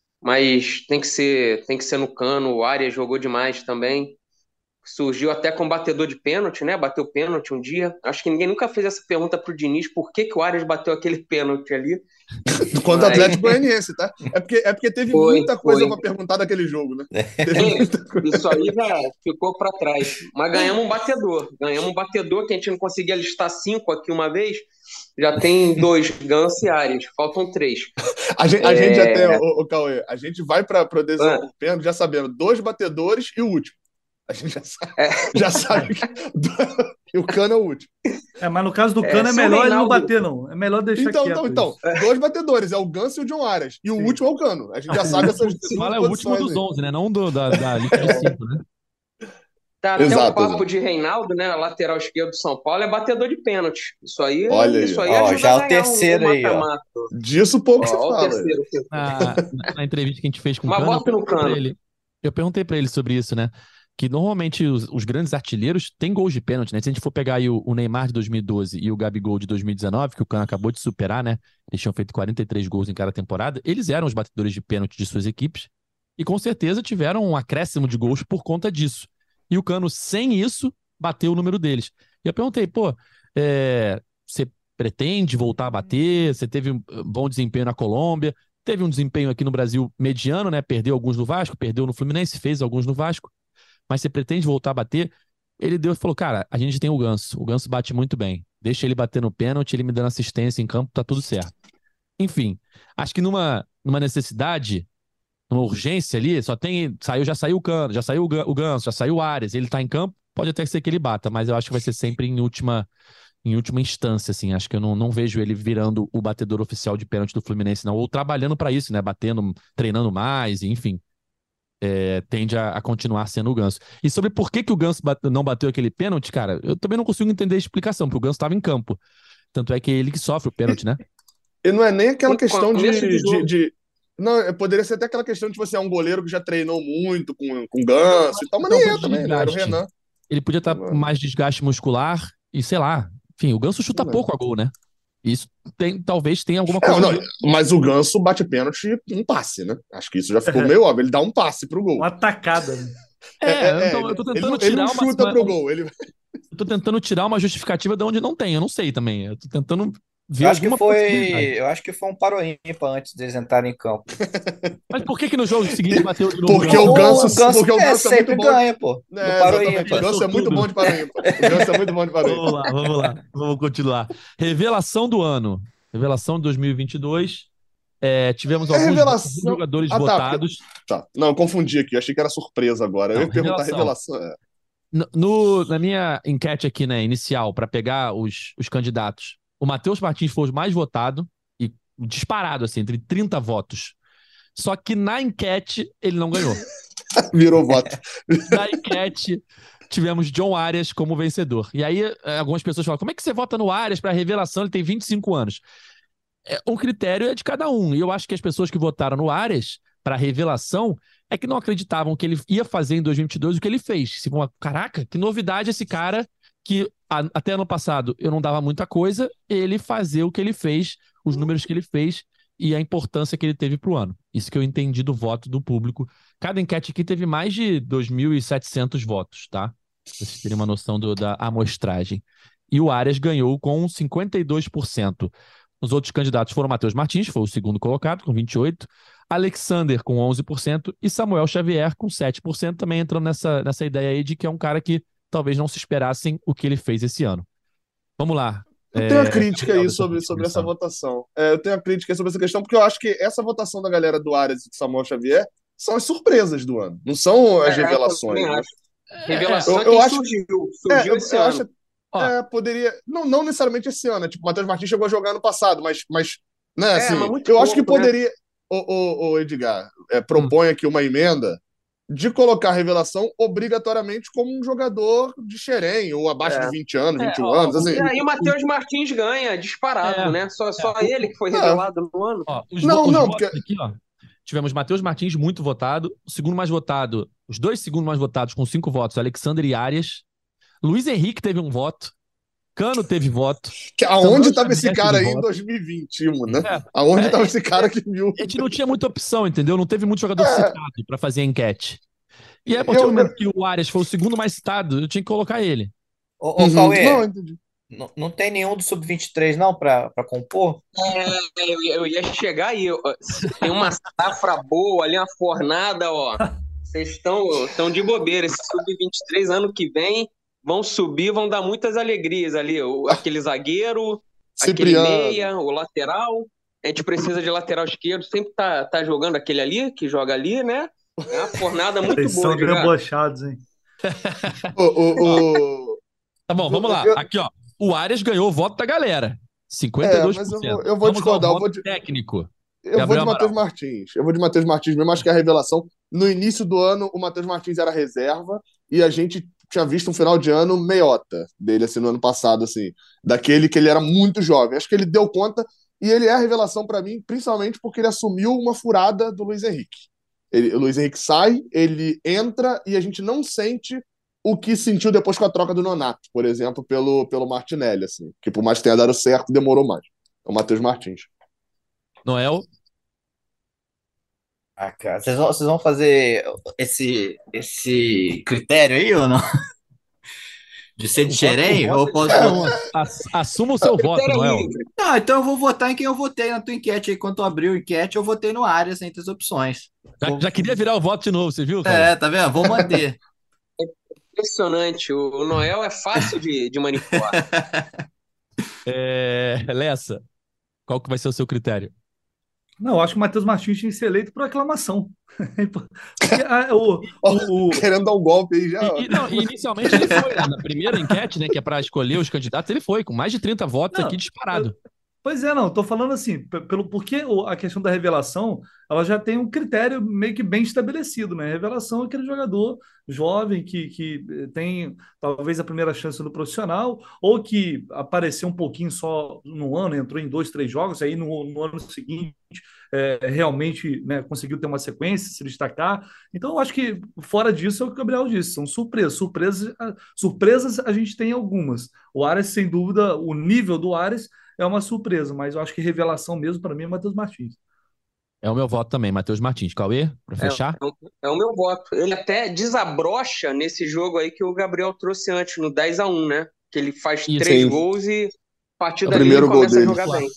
[SPEAKER 2] mas tem que ser, tem que ser no Cano, o Arias jogou demais também, surgiu até com batedor de pênalti, né? Bateu pênalti um dia. Acho que ninguém nunca fez essa pergunta pro Diniz, por que que o Arias bateu aquele pênalti ali?
[SPEAKER 3] Quanto
[SPEAKER 2] Mas
[SPEAKER 3] Atlético Goianiense, tá? É porque, é porque teve
[SPEAKER 2] foi,
[SPEAKER 3] muita coisa
[SPEAKER 2] foi.
[SPEAKER 3] pra perguntar daquele jogo, né? Teve
[SPEAKER 2] É,
[SPEAKER 3] muita coisa.
[SPEAKER 2] isso aí já ficou para trás. Mas ganhamos um batedor. Ganhamos um batedor que a gente não conseguia listar cinco aqui uma vez. Já tem dois, Ganso e Arias. Faltam três.
[SPEAKER 3] A gente, a gente já tem,
[SPEAKER 2] É...
[SPEAKER 3] o, o Cauê, a gente vai pra, pra decisão por pênalti já sabendo dois batedores e o último. A gente já sabe,
[SPEAKER 2] É,
[SPEAKER 3] já sabe que, que o Cano é o último.
[SPEAKER 5] É, mas no caso do
[SPEAKER 2] é,
[SPEAKER 5] Cano é
[SPEAKER 2] se o
[SPEAKER 5] melhor ele não
[SPEAKER 2] Reinaldo...
[SPEAKER 5] bater, não. É melhor deixar
[SPEAKER 3] Então,
[SPEAKER 5] quieto
[SPEAKER 3] então,
[SPEAKER 5] isso.
[SPEAKER 3] então, dois batedores, é o Ganso e o John Arias. E o
[SPEAKER 5] Sim.
[SPEAKER 3] último é o Cano. A gente já sabe essas
[SPEAKER 1] Se
[SPEAKER 3] duas
[SPEAKER 1] fala é o último
[SPEAKER 3] posições
[SPEAKER 1] dos
[SPEAKER 3] aí.
[SPEAKER 1] onze, né? Não do, da, da lista de cinco, né?
[SPEAKER 2] Tá até o
[SPEAKER 3] Exato,
[SPEAKER 2] papo
[SPEAKER 3] exato.
[SPEAKER 2] de Reinaldo, né? Lateral esquerdo do São Paulo é batedor de pênalti. Isso aí,
[SPEAKER 3] Olha aí,
[SPEAKER 2] isso
[SPEAKER 3] ó.
[SPEAKER 2] aí
[SPEAKER 4] Ó,
[SPEAKER 2] ajuda
[SPEAKER 4] já
[SPEAKER 2] a
[SPEAKER 4] o
[SPEAKER 2] ganhar um,
[SPEAKER 4] terceiro
[SPEAKER 2] um
[SPEAKER 4] aí, ó.
[SPEAKER 2] mata-mata.
[SPEAKER 3] Disso pouco
[SPEAKER 2] Ó,
[SPEAKER 3] se
[SPEAKER 2] ó o
[SPEAKER 3] fala.
[SPEAKER 2] terceiro.
[SPEAKER 1] Na, na- na entrevista que a gente fez com o
[SPEAKER 2] Mas
[SPEAKER 1] Cano, eu
[SPEAKER 2] bota no
[SPEAKER 1] perguntei pra
[SPEAKER 2] Cano.
[SPEAKER 1] ele. Eu perguntei pra ele sobre isso, né? que normalmente os, os grandes artilheiros têm gols de pênalti, né? Se a gente for pegar aí o, o Neymar de dois mil e doze e o Gabigol de dois mil e dezenove, que o Cano acabou de superar, né? Eles tinham feito quarenta e três gols em cada temporada, eles eram os batedores de pênalti de suas equipes e com certeza tiveram um acréscimo de gols por conta disso. E o Cano, sem isso, bateu o número deles. E eu perguntei, pô, é, você pretende voltar a bater? Você teve um bom desempenho na Colômbia, teve um desempenho aqui no Brasil mediano, né? Perdeu alguns no Vasco, perdeu no Fluminense, fez alguns no Vasco, mas você pretende voltar a bater? Ele deu e falou, cara, a gente tem o Ganso, o Ganso bate muito bem, deixa ele bater no pênalti, ele me dando assistência em campo, tá tudo certo. Enfim, acho que numa, numa necessidade, numa urgência ali, só tem, saiu, já saiu o Cano, já saiu o Gan- o Ganso, já saiu o Arias, ele tá em campo, pode até ser que ele bata, mas eu acho que vai ser sempre em última, em última instância, assim, acho que eu não, não vejo ele virando o batedor oficial de pênalti do Fluminense, não, ou trabalhando pra isso, né, batendo, treinando mais, enfim, é, tende a, a continuar sendo o Ganso. E sobre por que, que o Ganso bate- não bateu aquele pênalti, cara, eu também não consigo entender a explicação, porque o Ganso estava em campo, tanto é que é ele que sofre o pênalti, né?
[SPEAKER 3] E não é nem aquela
[SPEAKER 2] No
[SPEAKER 3] questão
[SPEAKER 2] começo do
[SPEAKER 3] de, de,
[SPEAKER 2] jogo.
[SPEAKER 3] de- Não, é- poderia ser até aquela questão de você é um goleiro que já treinou muito com, com ganso e tal, mas nem
[SPEAKER 1] Talvez
[SPEAKER 3] é
[SPEAKER 1] de
[SPEAKER 3] também, né? Era o
[SPEAKER 1] desgaste.
[SPEAKER 3] Renan.
[SPEAKER 1] Ele podia estar com mais desgaste muscular e sei lá. Enfim, o Ganso chuta
[SPEAKER 3] Não é.
[SPEAKER 1] pouco a gol, né? Isso tem, talvez tenha alguma
[SPEAKER 3] É,
[SPEAKER 1] coisa
[SPEAKER 3] não,
[SPEAKER 1] a ver.
[SPEAKER 3] mas o Ganso bate pênalti com um passe, né? Acho que isso já ficou
[SPEAKER 5] É,
[SPEAKER 3] meio óbvio. Ele dá um passe pro gol.
[SPEAKER 5] uma tacada, né?
[SPEAKER 3] É,
[SPEAKER 1] É,
[SPEAKER 3] é, é,
[SPEAKER 1] então eu
[SPEAKER 3] ele,
[SPEAKER 1] tô
[SPEAKER 3] ele
[SPEAKER 1] tentando
[SPEAKER 3] não, ele não
[SPEAKER 1] tirar uma,
[SPEAKER 3] chuta
[SPEAKER 1] uma-
[SPEAKER 3] pro gol. Ele...
[SPEAKER 1] eu tô tentando tirar uma justificativa de onde não tem, eu não sei também. Eu tô tentando ver
[SPEAKER 4] Eu acho que
[SPEAKER 1] alguma possibilidade.
[SPEAKER 4] foi, eu acho que foi um paro ímpar antes deles entrarem em campo.
[SPEAKER 1] Mas por que que no jogo seguinte bateu de novo o
[SPEAKER 3] Porque
[SPEAKER 1] Ganso?
[SPEAKER 3] o Ganso,
[SPEAKER 4] O, o Ganso
[SPEAKER 3] porque o
[SPEAKER 4] é,
[SPEAKER 3] Ganso é muito
[SPEAKER 4] sempre
[SPEAKER 3] bom.
[SPEAKER 4] ganha, pô, no
[SPEAKER 3] É,
[SPEAKER 4] paro
[SPEAKER 3] exatamente. O
[SPEAKER 4] ímpar.
[SPEAKER 1] Ele é
[SPEAKER 3] Ganso é muito
[SPEAKER 1] sortudo.
[SPEAKER 3] bom de paro ímpar. O Ganso é muito bom de paro ímpar.
[SPEAKER 1] Vamos lá, vamos lá. Vamos continuar. Revelação do ano. Revelação de dois mil e vinte e dois. É, tivemos
[SPEAKER 3] É
[SPEAKER 1] alguns, alguns
[SPEAKER 3] revelação.
[SPEAKER 1] jogadores
[SPEAKER 3] Ah, tá. Porque...
[SPEAKER 1] votados.
[SPEAKER 3] Tá. Não, eu confundi aqui. Achei que era surpresa agora. Eu
[SPEAKER 1] Não,
[SPEAKER 3] ia perguntar
[SPEAKER 1] revelação.
[SPEAKER 3] revelação. É.
[SPEAKER 1] No, no- na minha enquete aqui, né, inicial, para pegar os, os candidatos, o Matheus Martins foi o mais votado e disparado, assim, entre trinta votos. Só que na enquete ele não ganhou.
[SPEAKER 3] Virou voto.
[SPEAKER 1] Na enquete tivemos John Arias como vencedor. E aí eh, algumas pessoas falam: como é que você vota no Arias para revelação? Ele tem vinte e cinco anos. É, o critério é de cada um. E eu acho que as pessoas que votaram no Arias para revelação é que não acreditavam que ele ia fazer em dois mil e vinte e dois o que ele fez. Se, caraca, que novidade esse cara que a, até ano passado eu não dava muita coisa, ele fazer o que ele fez, os números que ele fez e a importância que ele teve para o ano. Isso que eu entendi do voto do público. Cada enquete aqui teve mais de dois mil e setecentos votos, tá? Pra vocês terem uma noção do, da amostragem. E o Arias ganhou com cinquenta e dois por cento. Os outros candidatos foram Matheus Martins, foi o segundo colocado, com vinte e oito por cento, Alexander com onze por cento e Samuel Xavier com sete por cento, também entrando nessa, nessa ideia aí de que é um cara que talvez não se esperassem o que ele fez esse ano. Vamos lá.
[SPEAKER 3] Eu tenho uma
[SPEAKER 1] É,
[SPEAKER 3] crítica
[SPEAKER 1] Gabriel,
[SPEAKER 3] aí
[SPEAKER 1] deixa eu
[SPEAKER 3] sobre, sobre essa
[SPEAKER 1] começar.
[SPEAKER 3] votação. É, eu tenho uma crítica aí sobre essa questão, porque eu acho que essa votação da galera do Arias e do Samuel Xavier são as surpresas do ano, não são as
[SPEAKER 2] É, eu
[SPEAKER 3] revelações,
[SPEAKER 2] também
[SPEAKER 3] né?
[SPEAKER 2] acho.
[SPEAKER 1] É,
[SPEAKER 2] Revelação
[SPEAKER 3] Eu,
[SPEAKER 2] é
[SPEAKER 3] eu
[SPEAKER 2] quem
[SPEAKER 3] acho.
[SPEAKER 2] surgiu.
[SPEAKER 3] É,
[SPEAKER 2] Surgiu
[SPEAKER 3] eu,
[SPEAKER 2] esse
[SPEAKER 3] eu
[SPEAKER 2] ano.
[SPEAKER 3] acho.
[SPEAKER 1] ó,
[SPEAKER 3] É, poderia. Não, não necessariamente esse ano, né? Tipo, o Matheus Martins chegou a jogar ano passado, mas, mas né,
[SPEAKER 2] É,
[SPEAKER 3] assim,
[SPEAKER 2] mas muito
[SPEAKER 3] eu acho que
[SPEAKER 2] pouco, né?
[SPEAKER 3] poderia. O, o, o Edgar é,
[SPEAKER 1] hum,
[SPEAKER 3] propõe aqui uma emenda de colocar a revelação obrigatoriamente como um jogador de xerém, ou abaixo de
[SPEAKER 2] É.
[SPEAKER 3] vinte anos,
[SPEAKER 1] é,
[SPEAKER 3] vinte e um
[SPEAKER 1] ó,
[SPEAKER 3] anos,
[SPEAKER 1] o,
[SPEAKER 2] E
[SPEAKER 3] assim.
[SPEAKER 2] aí o
[SPEAKER 1] o, o-
[SPEAKER 2] Matheus Martins ganha, disparado,
[SPEAKER 1] é,
[SPEAKER 2] né? Só,
[SPEAKER 1] é,
[SPEAKER 2] só
[SPEAKER 1] o,
[SPEAKER 2] ele
[SPEAKER 1] o-
[SPEAKER 2] que foi
[SPEAKER 3] É,
[SPEAKER 2] revelado no ano.
[SPEAKER 1] ó, os, vo-
[SPEAKER 3] não,
[SPEAKER 1] os
[SPEAKER 3] não,
[SPEAKER 1] votos
[SPEAKER 3] porque.
[SPEAKER 1] aqui, ó. Tivemos Matheus Martins muito votado, o segundo mais votado, os dois segundos mais votados com cinco votos, Alexander e Arias. Luiz Henrique teve um voto, Cano teve voto,
[SPEAKER 3] que aonde
[SPEAKER 1] Samuel
[SPEAKER 3] estava esse
[SPEAKER 1] Xavier teve
[SPEAKER 3] cara aí em
[SPEAKER 1] voto.
[SPEAKER 3] dois mil e vinte e um, né?
[SPEAKER 1] É,
[SPEAKER 3] Aonde
[SPEAKER 1] é,
[SPEAKER 3] estava esse cara que viu?
[SPEAKER 1] a gente não tinha muita opção, entendeu? Não teve muito jogador
[SPEAKER 3] É,
[SPEAKER 1] citado para fazer a enquete. E aí, a partir do
[SPEAKER 3] eu.
[SPEAKER 1] momento que o Arias foi o segundo mais citado, eu tinha que colocar ele.
[SPEAKER 4] Ô, ô
[SPEAKER 3] Uhum, não,
[SPEAKER 4] Cauê,
[SPEAKER 3] entendi.
[SPEAKER 4] não, não tem nenhum do sub vinte e três não pra, pra compor?
[SPEAKER 2] É, eu, eu ia chegar aí. ó, Tem uma safra boa ali, uma fornada, ó. Vocês estão estão de bobeira. Esse sub vinte e três ano que vem vão subir, vão dar muitas alegrias ali. O, aquele zagueiro, aquele
[SPEAKER 3] Cipriano.
[SPEAKER 2] meia, o lateral. A gente precisa de lateral esquerdo. Sempre tá, tá jogando aquele ali, que joga ali, né? É uma fornada muito
[SPEAKER 5] Vocês
[SPEAKER 2] boa,
[SPEAKER 5] são
[SPEAKER 2] Edgar.
[SPEAKER 5] debochados, hein?
[SPEAKER 3] O, o, o...
[SPEAKER 1] Tá bom, vamos lá.
[SPEAKER 3] Eu,
[SPEAKER 1] Aqui, ó. O Arias ganhou o voto da galera.
[SPEAKER 3] é, mas eu vou,
[SPEAKER 1] cinquenta e dois por cento.
[SPEAKER 3] eu vou
[SPEAKER 1] Vamos ao
[SPEAKER 3] discordar. Eu
[SPEAKER 1] voto
[SPEAKER 3] vou, de,
[SPEAKER 1] técnico.
[SPEAKER 3] eu vou
[SPEAKER 1] Gabriel
[SPEAKER 3] de Matheus
[SPEAKER 1] Amaral.
[SPEAKER 3] Martins. Eu vou de Matheus Martins mesmo. Acho que é a revelação. No início do ano, o Matheus Martins era reserva e a gente tinha visto um final de ano meiota dele, assim, no ano passado, assim. Daquele que ele era muito jovem. Acho que ele deu conta e ele é a revelação pra mim, principalmente porque ele assumiu uma furada do Luiz Henrique. Ele, o Luiz Henrique sai, ele entra e a gente não sente o que sentiu depois com a troca do Nonato, por exemplo, pelo, pelo Martinelli, assim, que por mais que tenha dado certo, demorou mais. É o Matheus Martins.
[SPEAKER 1] Noel,
[SPEAKER 4] Ah, cara, vocês vão, vocês vão fazer esse, esse critério aí ou não? De ser
[SPEAKER 1] o
[SPEAKER 4] de
[SPEAKER 1] voto, o
[SPEAKER 4] xerém?
[SPEAKER 1] voto
[SPEAKER 4] Ou
[SPEAKER 1] é de
[SPEAKER 4] posso...
[SPEAKER 1] cada um. Ass- Assuma o seu voto,
[SPEAKER 2] Critério é
[SPEAKER 1] Noel.
[SPEAKER 2] livre.
[SPEAKER 4] Não, então eu vou votar em quem eu votei na tua enquete aí. Quando tu abriu a enquete, eu votei no Arias entre as opções.
[SPEAKER 1] Já,
[SPEAKER 4] Vou...
[SPEAKER 1] já queria virar o voto de novo, você viu, Cauê?
[SPEAKER 4] É, tá vendo? Vou manter.
[SPEAKER 2] Impressionante. O, o Noel é fácil de, de manipular.
[SPEAKER 1] É, Lessa, qual que vai ser o seu critério?
[SPEAKER 5] Não, eu acho que o Matheus Martins tinha que ser eleito por aclamação. Porque a- o,
[SPEAKER 3] Ó,
[SPEAKER 5] o, o-
[SPEAKER 3] querendo dar um golpe aí já.
[SPEAKER 1] E, e, não, e inicialmente ele foi, né? Na primeira enquete, né, que é para escolher os candidatos, ele foi, com mais de trinta votos aqui
[SPEAKER 5] não,
[SPEAKER 1] disparado.
[SPEAKER 5] Pois é, não, tô falando assim, p- pelo porque o- a questão da revelação, ela já tem um critério meio que bem estabelecido, né? Revelação é aquele jogador jovem que, que eh, tem talvez a primeira chance no profissional, ou que apareceu um pouquinho só no ano, entrou em dois, três jogos, aí no, no ano seguinte eh, realmente, né, conseguiu ter uma sequência, se destacar. Então, eu acho que fora disso é o que o Gabriel disse, são surpresas. Surpresas, ah, surpresas a gente tem algumas. O Ares, sem dúvida, o nível do Ares é uma surpresa, mas eu acho que revelação mesmo para mim é Matheus Martins.
[SPEAKER 1] É o meu voto também, Matheus Martins. Cauê, para
[SPEAKER 2] É,
[SPEAKER 1] fechar?
[SPEAKER 2] é o é o meu voto. Ele até desabrocha nesse jogo aí que o Gabriel trouxe antes, no dez a um, né? Que ele faz
[SPEAKER 1] Isso.
[SPEAKER 2] três
[SPEAKER 3] Sim,
[SPEAKER 2] gols e a partir
[SPEAKER 3] é o
[SPEAKER 2] dali ele
[SPEAKER 3] primeiro gol
[SPEAKER 2] começa a
[SPEAKER 3] dele.
[SPEAKER 2] jogar bem.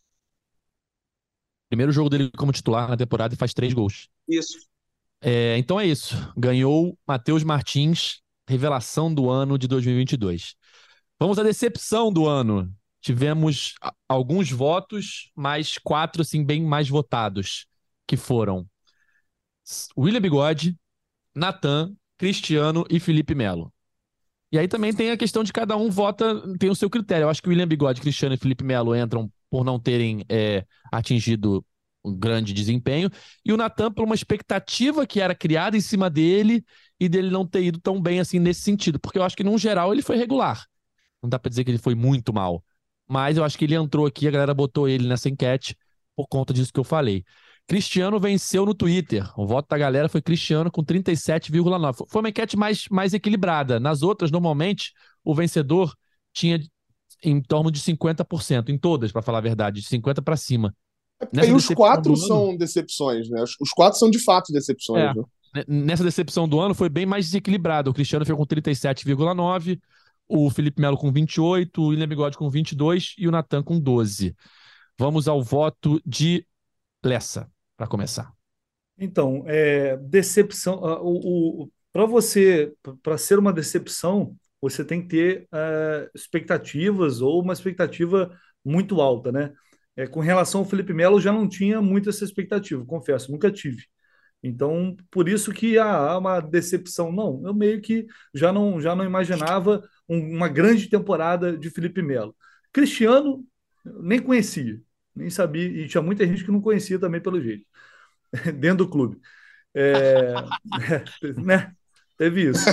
[SPEAKER 1] Primeiro jogo dele como titular na temporada e faz três gols.
[SPEAKER 2] Isso.
[SPEAKER 1] É, então é isso. Ganhou Matheus Martins, revelação do ano de dois mil e vinte e dois. Vamos à decepção do ano. Tivemos a- alguns votos, mas quatro, assim, bem mais votados, que foram S- William Bigode, Natan, Cristiano e Felipe Melo. E aí também tem a questão de cada um vota, tem o seu critério. Eu acho que o William Bigode, Cristiano e Felipe Melo entram por não terem é, atingido um grande desempenho, e o Natan por uma expectativa que era criada em cima dele e dele não ter ido tão bem assim nesse sentido, porque eu acho que, num geral, ele foi regular. Não dá pra dizer que ele foi muito mal. Mas eu acho que ele entrou aqui, a galera botou ele nessa enquete por conta disso que eu falei. Cristiano venceu no Twitter. O voto da galera foi Cristiano com trinta e sete vírgula nove. Foi uma enquete mais, mais equilibrada. Nas outras, normalmente, o vencedor tinha em torno de cinquenta por cento. Em todas, pra falar a verdade, de cinquenta para cima.
[SPEAKER 3] É porque
[SPEAKER 1] Nessa
[SPEAKER 3] aí os
[SPEAKER 1] decepção do
[SPEAKER 3] quatro
[SPEAKER 1] ano,
[SPEAKER 3] são decepções, né? Os os quatro são de fato decepções,
[SPEAKER 1] é,
[SPEAKER 3] né?
[SPEAKER 1] né, nessa decepção do ano foi bem mais desequilibrado. O Cristiano ficou com trinta e sete vírgula nove, o Felipe Melo com vinte e oito, o William Bigode com vinte e dois e o Natan com doze. Vamos ao voto de Lessa, para começar.
[SPEAKER 5] Então, é, decepção. ah, O, o, para você, para ser uma decepção, você tem que ter ah, expectativas ou uma expectativa muito alta, né? É, com relação ao Felipe Melo, eu já não tinha muito essa expectativa, confesso, nunca tive. Então, por isso que há há uma decepção. Não, eu meio que já não, já não imaginava um- uma grande temporada de Felipe Melo. Cristiano, eu nem conhecia, nem sabia, e tinha muita gente que não conhecia também pelo jeito, dentro do clube. É, né? Teve isso.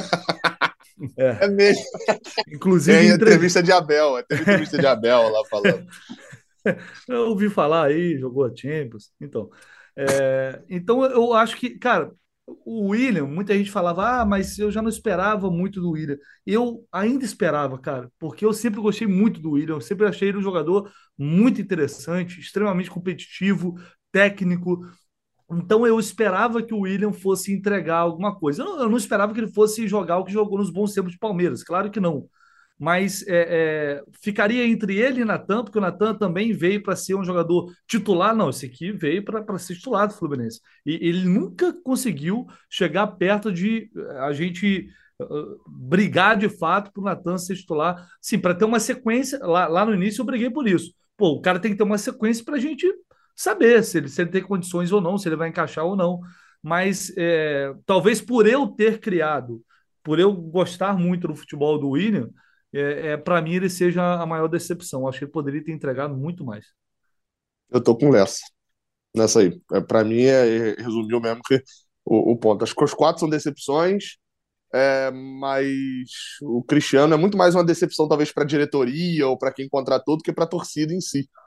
[SPEAKER 5] É.
[SPEAKER 3] É mesmo.
[SPEAKER 5] Inclusive,
[SPEAKER 3] Tem a
[SPEAKER 5] entrevista.
[SPEAKER 3] entrevista de Abel, teve entrevista de Abel lá falando.
[SPEAKER 5] Eu ouvi falar aí, jogou a Champions. Então, é, então eu acho que, cara, o William, muita gente falava, ah, mas eu já não esperava muito do William. Eu ainda esperava, cara, porque eu sempre gostei muito do William, eu sempre achei ele um jogador muito interessante, extremamente competitivo, técnico. Então eu esperava que o William fosse entregar alguma coisa. Eu não, eu não esperava que ele fosse jogar o que jogou nos bons tempos de Palmeiras, claro que não. Mas é, é, ficaria entre ele e Natan, porque o Natan também veio para ser um jogador titular. Não, esse aqui veio para ser titular do Fluminense. E ele nunca conseguiu chegar perto de eh, a gente uh, brigar de fato para o Natan ser titular. Sim, para ter uma sequência, lá, lá no início eu briguei por isso. Pô, o cara tem que ter uma sequência para a gente saber se ele, se ele tem condições ou não, se ele vai encaixar ou não. Mas é, talvez por eu ter criado, por eu gostar muito do futebol do William, é, é, para mim ele seja a maior decepção. Acho que ele poderia ter entregado muito mais.
[SPEAKER 3] Eu tô com Lessa nessa aí. É, para mim, é, é, resumiu mesmo que o, o ponto. Acho que os quatro são decepções, é, mas o Cristiano é muito mais uma decepção, talvez, para a diretoria ou para quem contratou, do que para a torcida em si.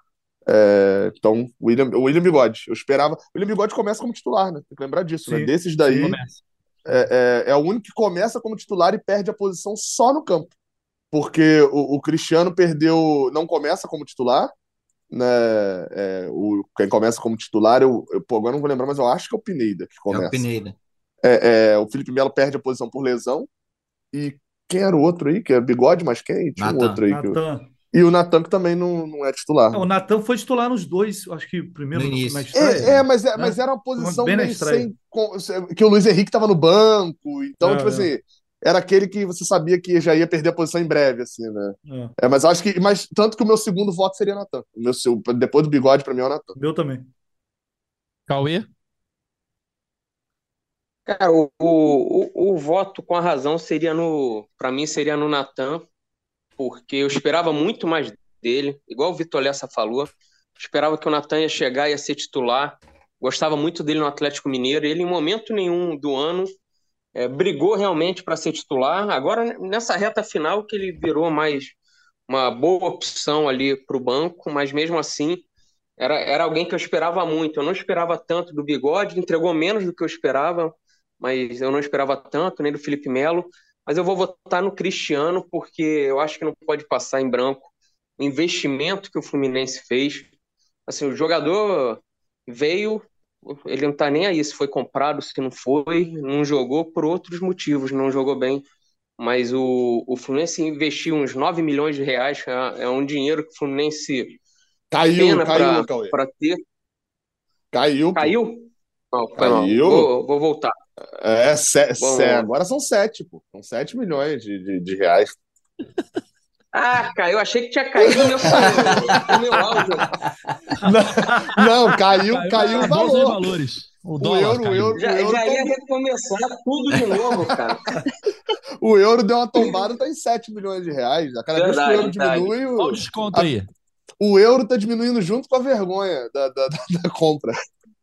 [SPEAKER 3] É, então, o William, o William Bigode, eu esperava. O William Bigode começa como titular, né? Tem que lembrar disso, né?
[SPEAKER 5] Sim,
[SPEAKER 3] Desses
[SPEAKER 5] sim.
[SPEAKER 3] daí, é, é, é o único que começa como titular e perde a posição só no campo. Porque o, o Cristiano perdeu, não começa como titular, né? É, o, quem começa como titular, eu, eu pô, agora não vou lembrar, mas eu acho que é o Pineda que
[SPEAKER 4] É o
[SPEAKER 3] começa.
[SPEAKER 4] Pineda.
[SPEAKER 3] É, é, o Felipe Melo perde a posição por lesão. E quem era o outro aí? Que é Bigode, mas quem? Tinha um outro
[SPEAKER 4] Natan.
[SPEAKER 3] aí. Que eu...
[SPEAKER 5] Natan.
[SPEAKER 3] E o Natan que também não, não é titular.
[SPEAKER 5] É, o Natan foi titular nos dois, acho que primeiro
[SPEAKER 4] No
[SPEAKER 5] no- na
[SPEAKER 4] início.
[SPEAKER 5] estreia,
[SPEAKER 3] É, é, mas, é,
[SPEAKER 5] né?
[SPEAKER 3] mas era uma
[SPEAKER 5] Foi
[SPEAKER 3] posição
[SPEAKER 5] bem na
[SPEAKER 3] meio
[SPEAKER 5] estreia.
[SPEAKER 3] sem. com- Que o Luiz Henrique estava no banco.
[SPEAKER 5] É,
[SPEAKER 3] Então, tipo assim, era aquele que você sabia que já ia perder a posição em breve, assim, né?
[SPEAKER 5] é, é.
[SPEAKER 3] É, mas eu acho que. Mas tanto que o meu segundo voto seria Natan. O meu, seu- depois do Bigode, pra mim, é o Natan.
[SPEAKER 5] Meu também.
[SPEAKER 1] Cauê?
[SPEAKER 2] Cara, o, o, o, o voto com a razão seria no. Para mim, seria no Natan, porque eu esperava muito mais dele, igual o Vitor Lessa falou. Esperava que o Natan ia chegar e ia ser titular. Gostava muito dele no Atlético Mineiro. Ele, em momento nenhum do ano, é, brigou realmente para ser titular. Agora, nessa reta final, que ele virou mais uma boa opção ali para o banco, mas mesmo assim, era, era alguém que eu esperava muito. Eu não esperava tanto do Bigode, entregou menos do que eu esperava, mas eu não esperava tanto, nem do Felipe Melo. Mas eu vou votar no Cristiano, porque eu acho que não pode passar em branco o investimento que o Fluminense fez. Assim, o jogador veio, ele não tá nem aí se foi comprado, se não foi, não jogou por outros motivos, não jogou bem. Mas o, o Fluminense investiu uns nove milhões de reais, é, é um dinheiro que o Fluminense
[SPEAKER 3] Caiu,
[SPEAKER 2] pena
[SPEAKER 3] caiu,
[SPEAKER 2] para
[SPEAKER 3] ô Cauê.
[SPEAKER 2] ter.
[SPEAKER 3] Caiu, pô.
[SPEAKER 2] Caiu? Não, foi mal.
[SPEAKER 3] Caiu.
[SPEAKER 2] Vou, vou voltar.
[SPEAKER 3] É, se- se-
[SPEAKER 2] Vamos.
[SPEAKER 3] agora são sete, pô. São sete milhões de, de, de reais.
[SPEAKER 2] Ah, caiu. Achei que tinha caído o meu, o meu áudio.
[SPEAKER 3] Não, não, caiu,
[SPEAKER 1] Caiu
[SPEAKER 3] caiu
[SPEAKER 1] na
[SPEAKER 3] o
[SPEAKER 1] bolsa de
[SPEAKER 3] valor.
[SPEAKER 1] valores. O
[SPEAKER 3] O
[SPEAKER 1] dólar
[SPEAKER 3] euro, o
[SPEAKER 1] caiu.
[SPEAKER 3] euro, o
[SPEAKER 2] Já,
[SPEAKER 3] euro,
[SPEAKER 2] já ia
[SPEAKER 3] tom-
[SPEAKER 2] recomeçar tudo de novo, cara.
[SPEAKER 3] o euro deu uma tombada, tá em sete milhões de reais. A cada vez que o
[SPEAKER 2] Verdade,
[SPEAKER 3] euro
[SPEAKER 2] verdade.
[SPEAKER 3] diminui,
[SPEAKER 1] Qual o
[SPEAKER 3] o,
[SPEAKER 1] desconto
[SPEAKER 3] a-
[SPEAKER 1] aí?
[SPEAKER 3] o euro tá diminuindo junto com a vergonha da, da, da- da compra.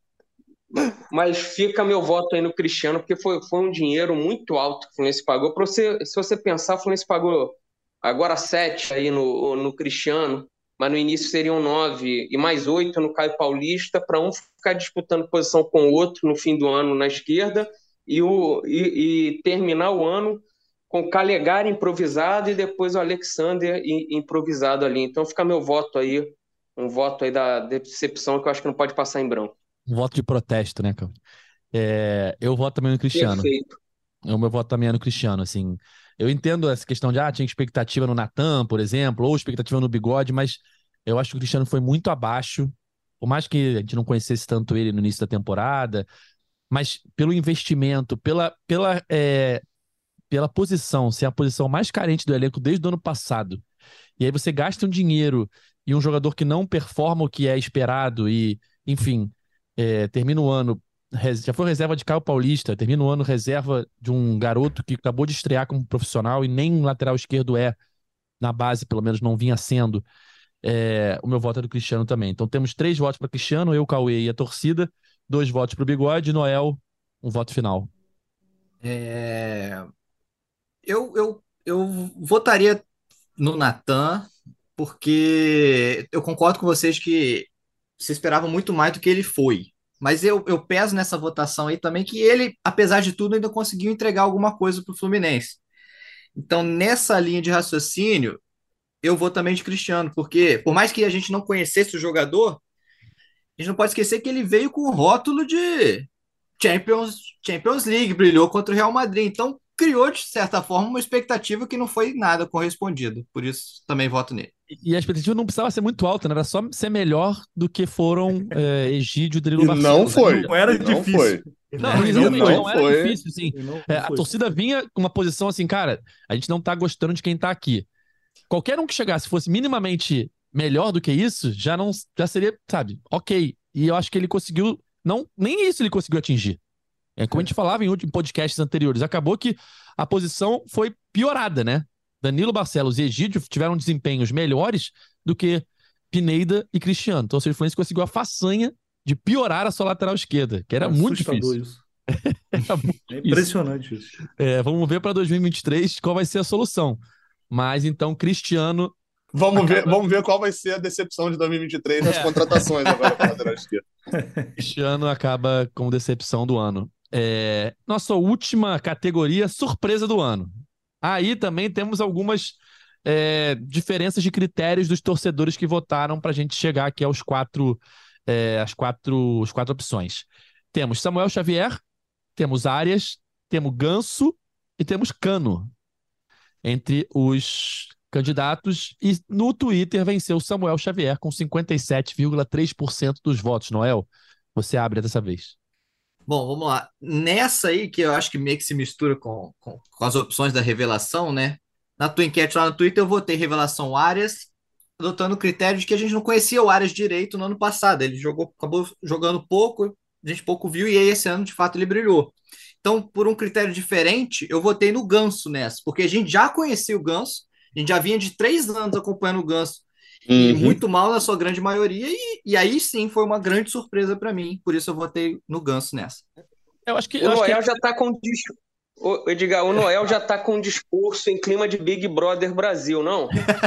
[SPEAKER 2] Mas fica meu voto aí no Cristiano, porque foi, foi um dinheiro muito alto que o Fluminense pagou. Pra você, se você pensar, o Fluminense pagou agora sete aí no, no Cristiano, mas no início seriam nove e mais oito no Caio Paulista, para um ficar disputando posição com o outro no fim do ano na esquerda e, o, e, e terminar o ano com o Calegari improvisado e depois o Alexander improvisado ali. Então fica meu voto aí, um voto aí da decepção que eu acho que não pode passar em branco.
[SPEAKER 1] Um voto de protesto, né, cara? É, eu voto também no Cristiano.
[SPEAKER 2] Perfeito.
[SPEAKER 1] O meu voto também é no Cristiano, assim. Eu entendo essa questão de, ah, tinha expectativa no Natan, por exemplo, ou expectativa no Bigode, mas eu acho que o Cristiano foi muito abaixo. Por mais que a gente não conhecesse tanto ele no início da temporada, mas pelo investimento, pela, pela, é, pela posição, ser a posição mais carente do elenco desde o ano passado. E aí você gasta um dinheiro e um jogador que não performa o que é esperado e, enfim, é, termina o ano, res- já foi reserva de Caio Paulista, termina o ano reserva de um garoto que acabou de estrear como profissional e nem lateral esquerdo é, na base pelo menos não vinha sendo. É, o meu voto é do Cristiano também. Então temos três votos para Cristiano, eu, Cauê e a torcida, dois votos para o Bigode, Noel, um voto final.
[SPEAKER 4] É, eu, eu, eu votaria no Natan, porque eu concordo com vocês que se esperava muito mais do que ele foi. Mas eu, eu peso nessa votação aí também que ele, apesar de tudo, ainda conseguiu entregar alguma coisa para o Fluminense. Então, nessa linha de raciocínio, eu vou também de Cristiano, porque por mais que a gente não conhecesse o jogador, a gente não pode esquecer que ele veio com o rótulo de Champions, Champions League, brilhou contra o Real Madrid. Então, criou, de certa forma, uma expectativa que não foi nada correspondido. Por isso, também voto nele.
[SPEAKER 1] E a expectativa não precisava ser muito alta, né? Era só ser melhor do que foram é, Egídio e Danilo
[SPEAKER 3] E
[SPEAKER 1] Barcelos.
[SPEAKER 3] não foi.
[SPEAKER 5] Não era
[SPEAKER 3] E não
[SPEAKER 5] difícil.
[SPEAKER 3] foi.
[SPEAKER 1] Não,
[SPEAKER 5] Não,
[SPEAKER 1] exatamente,
[SPEAKER 5] foi.
[SPEAKER 1] não era
[SPEAKER 3] foi.
[SPEAKER 1] difícil, assim.
[SPEAKER 5] E não
[SPEAKER 1] É, a
[SPEAKER 5] foi.
[SPEAKER 1] torcida vinha com uma posição assim, cara, a gente não tá gostando de quem tá aqui. Qualquer um que chegasse fosse minimamente melhor do que isso, já não já seria, sabe, ok. E eu acho que ele conseguiu, não, nem isso ele conseguiu atingir. É como a gente falava em últimos podcasts anteriores, acabou que a posição foi piorada, né? Danilo Barcelos e Egídio tiveram desempenhos melhores do que Pineda e Cristiano. Então, o seja, o Fluminense conseguiu a façanha de piorar a sua lateral esquerda, que era muito
[SPEAKER 5] Assustador
[SPEAKER 1] difícil.
[SPEAKER 5] isso.
[SPEAKER 1] Era muito
[SPEAKER 5] É
[SPEAKER 1] difícil.
[SPEAKER 5] impressionante isso.
[SPEAKER 1] É, vamos ver para dois mil e vinte e três qual vai ser a solução. Mas então, Cristiano
[SPEAKER 3] Vamos ver,
[SPEAKER 1] Acaba...
[SPEAKER 3] vamos ver qual vai ser a decepção de dois mil e vinte e três nas
[SPEAKER 1] É.
[SPEAKER 3] contratações agora para lateral esquerdo.
[SPEAKER 1] Este ano acaba com decepção do ano. É, nossa última categoria, surpresa do ano. Aí também temos algumas é, diferenças de critérios dos torcedores que votaram para a gente chegar aqui aos quatro, é, as quatro, as quatro opções. Temos Samuel Xavier, temos Arias, temos Ganso e temos Cano entre os candidatos. E no Twitter venceu Samuel Xavier com cinquenta e sete vírgula três por cento dos votos. Noel, você abre dessa vez.
[SPEAKER 4] Bom, vamos lá. Nessa aí, que eu acho que meio que se mistura com, com, com as opções da revelação, né? Na tua enquete lá no Twitter, eu votei revelação Arias, adotando o critério de que a gente não conhecia o Arias direito no ano passado. Ele jogou, acabou jogando pouco, a gente pouco viu, e aí esse ano, de fato, ele brilhou. Então, por um critério diferente, eu votei no Ganso nessa, porque a gente já conhecia o Ganso, a gente já vinha de três anos acompanhando o Ganso, e
[SPEAKER 3] Uhum.
[SPEAKER 4] muito mal na sua grande maioria, e, e aí sim foi uma grande surpresa para mim, por isso eu votei no Ganso nessa.
[SPEAKER 1] Eu acho que,
[SPEAKER 2] O
[SPEAKER 1] eu acho que
[SPEAKER 2] Noel já tá com dis... Ô, Edgar, o Noel já tá com um discurso em clima de Big Brother Brasil, não?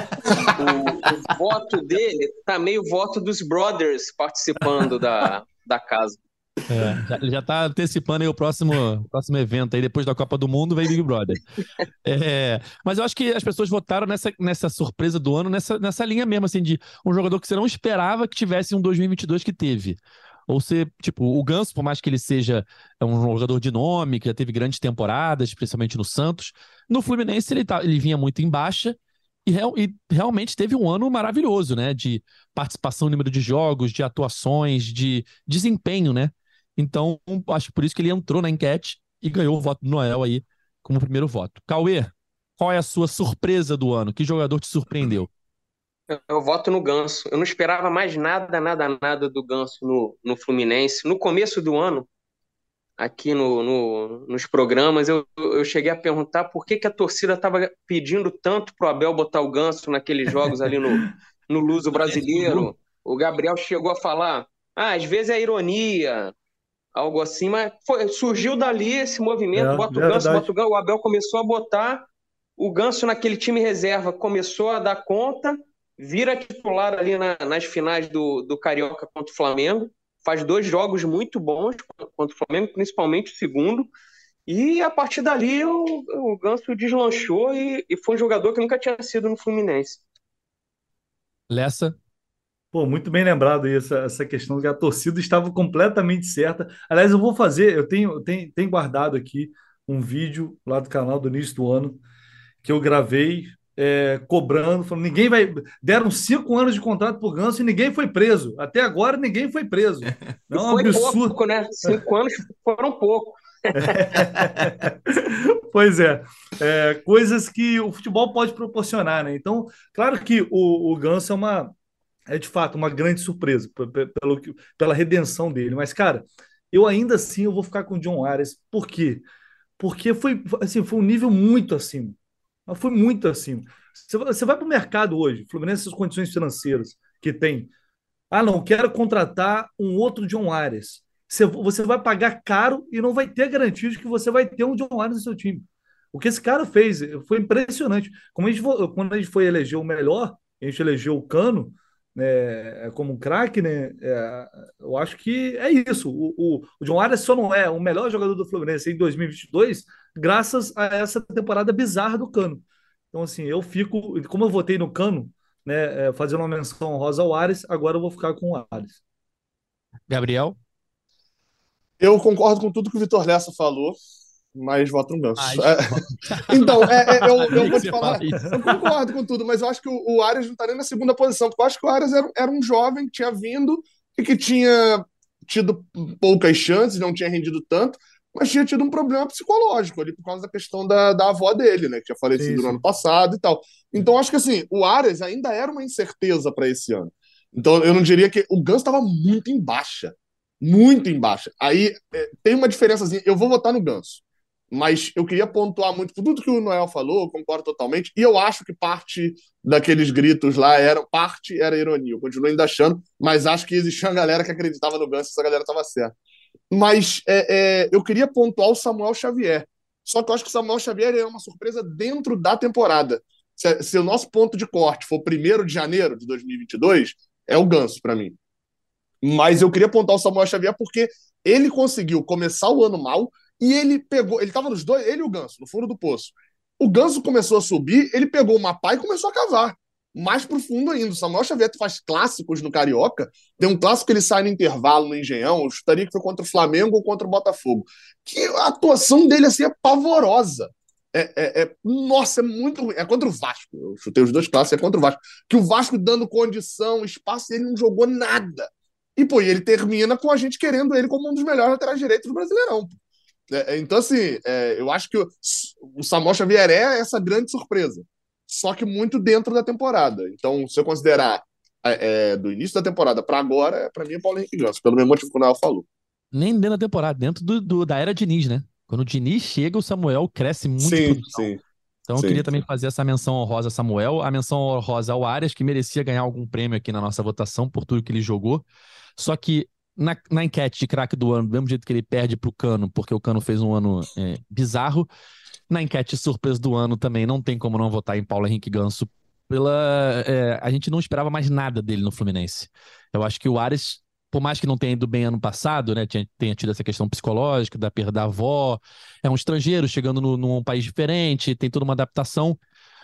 [SPEAKER 2] O, o voto dele tá meio voto dos brothers participando da, da casa.
[SPEAKER 1] é, já, ele já tá antecipando aí o próximo, o próximo evento aí, depois da Copa do Mundo, vem Big Brother. É, mas eu acho que as pessoas votaram nessa, nessa surpresa do ano, nessa, nessa linha mesmo, assim, de um jogador que você não esperava que tivesse um dois mil e vinte e dois que teve. Ou ser, tipo, o Ganso, por mais que ele seja um jogador de nome, que já teve grandes temporadas, principalmente no Santos, no Fluminense ele, tá, ele vinha muito em baixa e, real, e realmente teve um ano maravilhoso, né? De participação, número de jogos, de atuações, de desempenho, né? Então, acho que por isso que ele entrou na enquete e ganhou o voto do Noel aí como primeiro voto. Cauê, qual é a sua surpresa do ano? Que jogador te surpreendeu?
[SPEAKER 2] Eu, eu voto no Ganso. Eu não esperava mais nada, nada, nada do Ganso no, no Fluminense. No começo do ano, aqui no, no- nos programas, eu, eu cheguei a perguntar por que, que a torcida estava pedindo tanto pro Abel botar o Ganso naqueles jogos ali no, no Luso Brasileiro. O Gabriel chegou a falar, ah, às vezes é ironia, algo assim, mas foi- surgiu dali esse movimento,
[SPEAKER 5] É,
[SPEAKER 2] bota o Ganso, bota
[SPEAKER 5] verdade.
[SPEAKER 2] o Ganso, o Abel começou a botar, o Ganso naquele time reserva começou a dar conta, vira titular ali na- nas finais do, do Carioca contra o Flamengo, faz dois jogos muito bons contra o Flamengo, principalmente o segundo, e a partir dali o, o Ganso deslanchou e, e foi um jogador que nunca tinha sido no Fluminense.
[SPEAKER 1] Lessa?
[SPEAKER 5] Pô, muito bem lembrado aí essa, essa questão que a torcida estava completamente certa. Aliás, eu vou fazer, eu tenho, eu tenho, tenho guardado aqui um vídeo lá do canal do início do ano que eu gravei é, cobrando, falando, ninguém vai. Deram cinco anos de contrato por Ganso e ninguém foi preso. Até agora ninguém foi preso.
[SPEAKER 2] E
[SPEAKER 5] Não é um
[SPEAKER 2] foi
[SPEAKER 5] absurdo.
[SPEAKER 2] pouco, né? Cinco anos foram pouco.
[SPEAKER 5] Pois é, é, coisas que o futebol pode proporcionar, né? Então, claro que o, o Ganso é uma é de fato uma grande surpresa p- p- pelo, que- pela redenção dele. Mas, cara, eu ainda assim eu vou ficar com o John Arias. Por quê? Porque foi, assim, foi um nível muito acima. Mas foi muito acima. Você, vai- você vai para o mercado hoje, Fluminense, as condições financeiras que tem. Ah, não, quero contratar um outro John Arias. Você, você vai pagar caro e não vai ter garantia de que você vai ter um John Arias no seu time. O que esse cara fez foi impressionante. Como a gente, quando a gente foi eleger o melhor, a gente elegeu o Cano, né, como um craque, né? É, eu acho que é isso. O, o, o John Arias só não é o melhor jogador do Fluminense em dois mil e vinte e dois, graças a essa temporada bizarra do Cano. Então, assim, eu fico. Como eu votei no Cano, né, é, fazendo uma menção honrosa ao Ares, agora eu vou ficar com o Ares.
[SPEAKER 1] Gabriel?
[SPEAKER 3] Eu concordo com tudo que o Vitor Lessa falou, mas voto no Ganso.
[SPEAKER 1] Mas...
[SPEAKER 3] É, então, é, é, eu, eu
[SPEAKER 1] que
[SPEAKER 3] vou te
[SPEAKER 1] você
[SPEAKER 3] falar,
[SPEAKER 1] fala isso.
[SPEAKER 3] eu concordo com tudo, mas eu acho que o, o Arias não tá nem na segunda posição, porque eu acho que o Arias era, era um jovem que tinha vindo e que tinha tido poucas chances, não tinha rendido tanto, mas tinha tido um problema psicológico ali por causa da questão da, da avó dele, né, que tinha
[SPEAKER 5] Sim,
[SPEAKER 3] falecido no ano
[SPEAKER 5] sim.
[SPEAKER 3] passado e tal. Então, acho que assim, o Arias ainda era uma incerteza para esse ano. Então, eu não diria que o Ganso estava muito em baixa. Muito em baixa. Aí é, tem uma diferençazinha. Eu vou votar no Ganso. Mas eu queria pontuar muito por tudo que o Noel falou, eu concordo totalmente. E eu acho que parte daqueles gritos lá era parte era ironia. Eu continuo ainda achando, mas acho que existia uma galera que acreditava no Ganso e essa galera estava certa. Mas é, é, eu queria pontuar o Samuel Xavier. Só que eu acho que o Samuel Xavier é uma surpresa dentro da temporada. Se, se o nosso ponto de corte for primeiro de janeiro de dois mil e vinte e dois, é o Ganso para mim. Mas eu queria apontar o Samuel Xavier porque ele conseguiu começar o ano mal e ele pegou. Ele estava nos dois, ele e o Ganso, no fundo do poço. O Ganso começou a subir, ele pegou uma pá e começou a cavar. Mais profundo ainda. O Samuel Xavier faz clássicos no Carioca. Tem um clássico que ele sai no intervalo no Engenhão. Eu chutaria que foi contra o Flamengo ou contra o Botafogo. Que a atuação dele assim, é pavorosa. É, é, é, nossa, é muito ruim. É contra o Vasco. Eu chutei os dois clássicos, é contra o Vasco. Que o Vasco dando condição, espaço, ele não jogou nada. E, pô, ele termina com a gente querendo ele como um dos melhores laterais direitos do Brasileirão. É, então, assim, é, eu acho que o, o Samuel Xavier é essa grande surpresa. Só que muito dentro da temporada. Então, se eu considerar é, do início da temporada para agora, para mim é Paulo Henrique Ganso, pelo mesmo motivo que o Noel falou.
[SPEAKER 1] Nem dentro da temporada, dentro do, do- da era Diniz, né? Quando o Diniz chega, o Samuel cresce muito de
[SPEAKER 3] Sim,
[SPEAKER 1] produção.
[SPEAKER 3] sim,
[SPEAKER 1] Então eu queria
[SPEAKER 3] sim.
[SPEAKER 1] também fazer essa menção honrosa a Samuel, a menção honrosa ao Arias, que merecia ganhar algum prêmio aqui na nossa votação por tudo que ele jogou. Só que na, na enquete de craque do ano, do mesmo jeito que ele perde pro Cano, porque o Cano fez um ano é, bizarro, na enquete surpresa do ano também não tem como não votar em Paulo Henrique Ganso. Pela, é, a gente não esperava mais nada dele no Fluminense. Eu acho que o Arias, por mais que não tenha ido bem ano passado, né, tinha, tenha tido essa questão psicológica da perda da avó, é um estrangeiro chegando no, num país diferente, tem toda uma adaptação.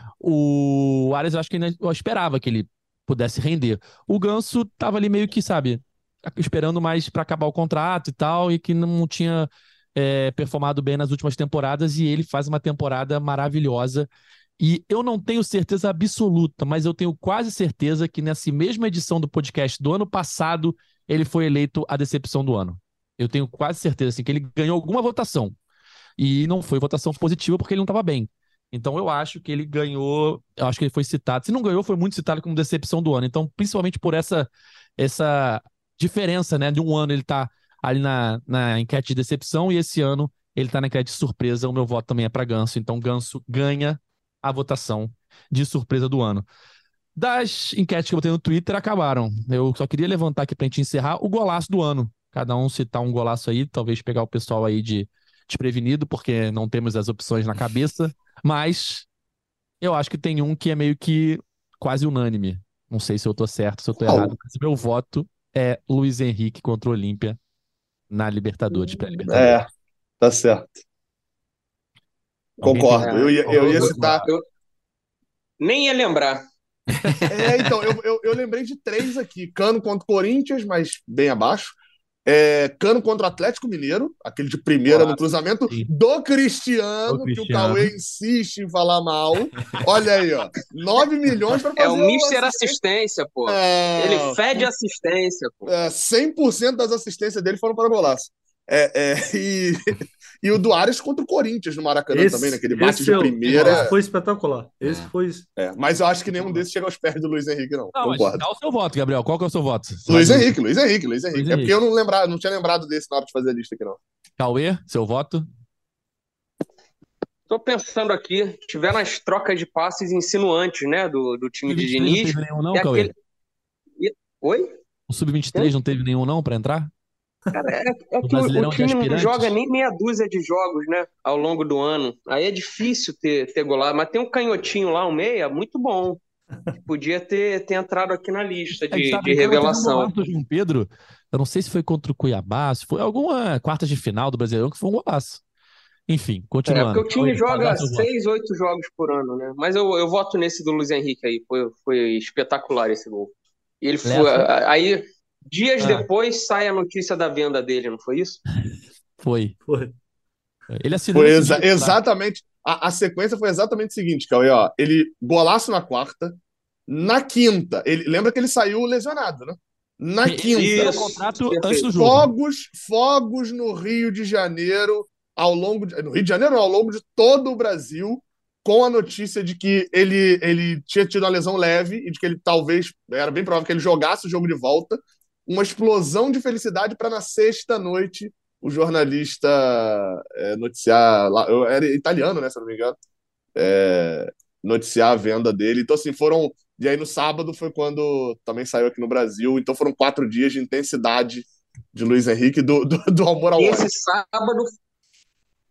[SPEAKER 1] O Arias, eu acho que ainda, eu esperava que ele pudesse render. O Ganso tava ali meio que, sabe, esperando mais para acabar o contrato e tal, e que não tinha é, performado bem nas últimas temporadas, e ele faz uma temporada maravilhosa. E eu não tenho certeza absoluta, mas eu tenho quase certeza que nessa mesma edição do podcast do ano passado, ele foi eleito a decepção do ano. Eu tenho quase certeza assim, que ele ganhou alguma votação. E não foi votação positiva porque ele não estava bem. Então eu acho que ele ganhou, eu acho que ele foi citado. Se não ganhou, foi muito citado como decepção do ano. Então, principalmente por essa, essa diferença, né? De um ano ele tá ali na, na enquete de decepção e esse ano ele tá na enquete de surpresa. O meu voto também é para Ganso. Então, Ganso ganha a votação de surpresa do ano. Das enquetes que eu botei no Twitter, acabaram. Eu só queria levantar aqui pra gente encerrar o golaço do ano. Cada um citar um golaço aí, talvez pegar o pessoal aí de desprevenido, porque não temos as opções na cabeça. Mas eu acho que tem um que é meio que quase unânime. Não sei se eu tô certo, se eu tô errado, mas meu voto é Luiz Henrique contra o Olímpia na Libertadores, pré-Libertadores.
[SPEAKER 3] É, tá certo.
[SPEAKER 1] Alguém tem
[SPEAKER 3] Concordo. Eu ia, eu ia
[SPEAKER 2] Eu,
[SPEAKER 3] citar.
[SPEAKER 2] eu nem ia lembrar.
[SPEAKER 3] É, então, eu, eu, eu lembrei de três aqui: Cano contra o Corinthians, mas bem abaixo. É, Cano contra o Atlético Mineiro, aquele de primeira no
[SPEAKER 1] golaço,
[SPEAKER 3] cruzamento
[SPEAKER 1] sim.
[SPEAKER 3] do
[SPEAKER 1] O
[SPEAKER 3] Cristiano, que o
[SPEAKER 1] Cristiano.
[SPEAKER 3] Cauê insiste em falar mal. Olha aí, ó. nove milhões para
[SPEAKER 2] É o
[SPEAKER 3] fazer o
[SPEAKER 2] Mister
[SPEAKER 3] assistente.
[SPEAKER 2] Assistência, pô. Ele
[SPEAKER 3] É,
[SPEAKER 2] fede assistência, pô.
[SPEAKER 3] é, cem por cento das assistências dele foram para o golaço. É, é, e, e o do Ares contra o Corinthians no Maracanã também, né?
[SPEAKER 5] Esse,
[SPEAKER 3] Que ele bate
[SPEAKER 5] esse,
[SPEAKER 3] de
[SPEAKER 5] eu- esse
[SPEAKER 3] primeira.
[SPEAKER 5] foi espetacular. Esse
[SPEAKER 4] É.
[SPEAKER 5] foi
[SPEAKER 3] É, mas eu acho que nenhum desses chega aos pés do Luiz Henrique, não.
[SPEAKER 1] Não, mas
[SPEAKER 3] Concordo.
[SPEAKER 1] dá o seu voto, Gabriel. Qual que é o seu voto? Você
[SPEAKER 3] Luiz
[SPEAKER 1] vai do
[SPEAKER 3] Henrique, Luiz Henrique, Luiz Henrique.
[SPEAKER 1] Luiz
[SPEAKER 3] É porque
[SPEAKER 1] Henrique.
[SPEAKER 3] eu não lembrava, não tinha lembrado desse na hora de fazer a lista aqui, não.
[SPEAKER 1] Cauê, seu voto?
[SPEAKER 2] Tô pensando aqui, tiveram as trocas de passes insinuantes, né, do, do time de
[SPEAKER 1] sub vinte e três não
[SPEAKER 2] Diniz.
[SPEAKER 1] teve nenhum, não,
[SPEAKER 2] É
[SPEAKER 1] Cauê?
[SPEAKER 2] aquele. e- Oi?
[SPEAKER 1] O sub vinte e três não teve nenhum, não, pra entrar?
[SPEAKER 2] Cara, é, é
[SPEAKER 1] No
[SPEAKER 2] que o, o
[SPEAKER 1] Brasileirão de
[SPEAKER 2] time não joga
[SPEAKER 1] aspirantes?
[SPEAKER 2] nem meia dúzia de jogos, né, ao longo do ano. Aí é difícil ter, ter golado. Mas tem um canhotinho lá, um meia, muito bom. Que podia ter, ter entrado aqui na lista
[SPEAKER 1] A gente
[SPEAKER 2] de,
[SPEAKER 1] tá
[SPEAKER 2] de
[SPEAKER 1] brincando, mas teve um
[SPEAKER 2] revelação.
[SPEAKER 1] golaço do João Pedro. Eu não sei se foi contra o Cuiabá, se foi alguma quarta de final do Brasileirão que foi um golaço. Enfim,
[SPEAKER 2] É, porque
[SPEAKER 1] continuando.
[SPEAKER 2] o time
[SPEAKER 1] Cauê, pode dar
[SPEAKER 2] joga
[SPEAKER 1] seu voto.
[SPEAKER 2] seis, oito jogos por ano, né? Mas eu, eu voto nesse do Luiz Henrique aí. Foi, foi espetacular esse gol. E ele foi.
[SPEAKER 1] Lessa?
[SPEAKER 2] Aí, dias
[SPEAKER 1] Ah,
[SPEAKER 2] depois, sai a notícia da venda dele, não foi isso?
[SPEAKER 1] foi.
[SPEAKER 5] Foi.
[SPEAKER 1] Ele assinou
[SPEAKER 3] Foi
[SPEAKER 1] esse
[SPEAKER 3] exa-
[SPEAKER 1] dia, tá?
[SPEAKER 3] exatamente. A, a sequência foi exatamente o seguinte, Cauê, ó. Ele golaço na quarta. Na quinta, ele lembra que ele saiu lesionado, né? Na
[SPEAKER 1] Ele recebeu
[SPEAKER 3] quinta,
[SPEAKER 1] o
[SPEAKER 2] Isso,
[SPEAKER 1] contrato antes do
[SPEAKER 2] perfeito.
[SPEAKER 1] jogo.
[SPEAKER 3] fogos, fogos no Rio de Janeiro, ao longo de, no Rio de Janeiro, não, ao longo de todo o Brasil, com a notícia de que ele, ele tinha tido uma lesão leve e de que ele talvez, era bem provável que ele jogasse o jogo de volta. Uma explosão de felicidade para na sexta noite o jornalista é, noticiar, lá, eu era italiano, né, se eu não me engano, é, noticiar a venda dele. Então, assim, foram. E aí no sábado foi quando também saiu aqui no Brasil. Então foram quatro dias de intensidade de Luiz Henrique, do, do, do amor ao
[SPEAKER 2] E esse
[SPEAKER 3] ódio.
[SPEAKER 2] sábado,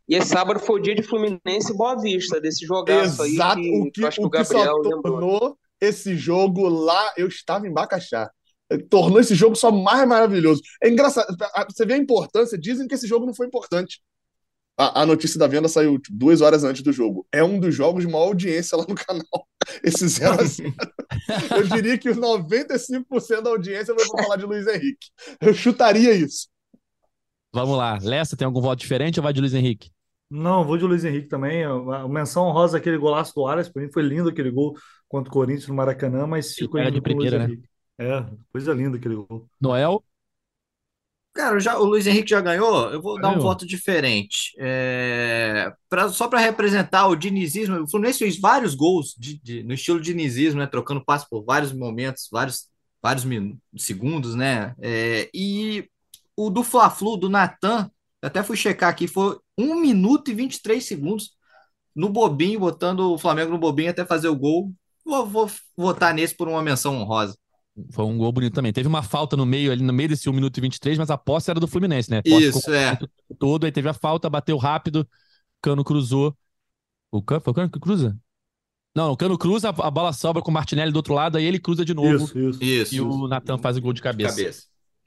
[SPEAKER 2] E esse sábado foi o dia de Fluminense e Boa Vista, desse jogaço aí
[SPEAKER 3] Exato, o
[SPEAKER 2] que, que eu
[SPEAKER 3] que,
[SPEAKER 2] acho que
[SPEAKER 3] o
[SPEAKER 2] o
[SPEAKER 3] que só
[SPEAKER 2] Gabriel lembrou.
[SPEAKER 3] tornou esse jogo lá, eu estava em Bacaxá. Tornou esse jogo só mais maravilhoso. É engraçado, você vê a importância, dizem que esse jogo não foi importante. A, a notícia da venda saiu tipo, duas horas antes do jogo. É um dos jogos de maior audiência lá no canal. Esse zero a zero. Eu diria que os noventa e cinco por cento da audiência vai falar de Luiz Henrique. Eu chutaria isso.
[SPEAKER 1] Vamos lá. Lessa, tem algum voto diferente ou vai de Luiz Henrique?
[SPEAKER 5] Não, vou de Luiz Henrique também. A a menção honrosa aquele golaço do Arias, para mim foi lindo aquele gol contra o Corinthians no Maracanã, mas
[SPEAKER 1] Ele
[SPEAKER 5] ficou
[SPEAKER 1] pega de
[SPEAKER 5] indo com o Luiz
[SPEAKER 1] primeira, né?
[SPEAKER 5] Henrique. É, coisa linda aquele gol.
[SPEAKER 1] Noel?
[SPEAKER 4] Cara, já, o Luiz Henrique já ganhou, eu vou dar um
[SPEAKER 1] Ganhou.
[SPEAKER 4] voto diferente. É, pra- só para representar o dinizismo, o Fluminense fez vários gols de- de- no estilo dinizismo, né? Trocando passe por vários momentos, vários, vários min- segundos, né? É, e o do Fla-Flu, do Natan, eu até fui checar aqui, foi um minuto e vinte e três segundos no bobinho, botando o Flamengo no bobinho até fazer o gol. Vou, vou votar nesse por uma menção honrosa.
[SPEAKER 1] Foi um gol bonito também. Teve uma falta no meio, ali no meio desse um minuto e vinte e três, mas a posse era do Fluminense, né? A posse ficou com
[SPEAKER 4] Isso,
[SPEAKER 1] o
[SPEAKER 4] é.
[SPEAKER 1] tempo todo, aí teve a falta, bateu rápido, Cano cruzou. O Cano, foi o Cano que cruza? Não, o Cano cruza, a bola sobra com o Martinelli do outro lado, aí ele cruza de novo
[SPEAKER 5] Isso, isso.
[SPEAKER 4] Isso,
[SPEAKER 1] e o
[SPEAKER 4] isso.
[SPEAKER 1] Natan faz o gol de
[SPEAKER 4] De
[SPEAKER 1] cabeça.
[SPEAKER 4] cabeça.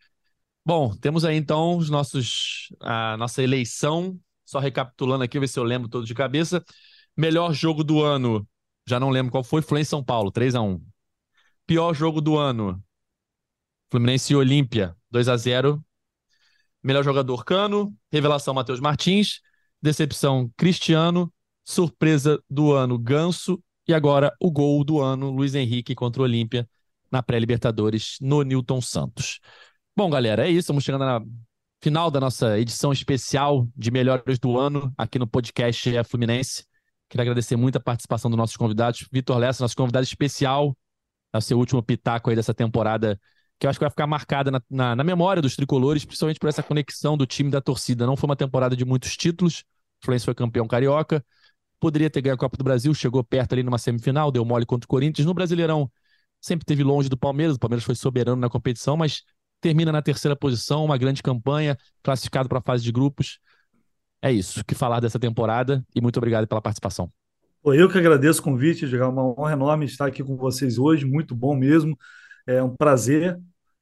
[SPEAKER 1] Bom, temos aí então os nossos, a nossa eleição. Só recapitulando aqui, ver se eu lembro todo de cabeça. Melhor jogo do ano, já não lembro qual foi, Fluminense São Paulo, três a um. Pior jogo do ano, Fluminense e Olímpia, dois a zero. Melhor jogador, Cano. Revelação, Matheus Martins. Decepção, Cristiano. Surpresa do ano, Ganso. E agora o gol do ano, Luiz Henrique contra o Olímpia na pré-Libertadores no Newton Santos. Bom, galera, é isso. Estamos chegando na final da nossa edição especial de melhores do ano aqui no podcast É Fluminense. Queria agradecer muito a participação dos nossos convidados. Vitor Lessa, nosso convidado especial, é o seu último pitaco aí dessa temporada, que eu acho que vai ficar marcada na, na, na memória dos tricolores, principalmente por essa conexão do time e da torcida. Não foi uma temporada de muitos títulos, o Fluminense foi campeão carioca, poderia ter ganho a Copa do Brasil, chegou perto ali numa semifinal, deu mole contra o Corinthians. No Brasileirão, sempre teve longe do Palmeiras, o Palmeiras foi soberano na competição, mas termina na terceira posição, uma grande campanha, classificado para a fase de grupos. É isso, o que falar dessa temporada e muito obrigado pela participação.
[SPEAKER 5] Pô, eu que agradeço o convite, Edgar, uma honra enorme estar aqui com vocês hoje, muito bom mesmo, é um prazer.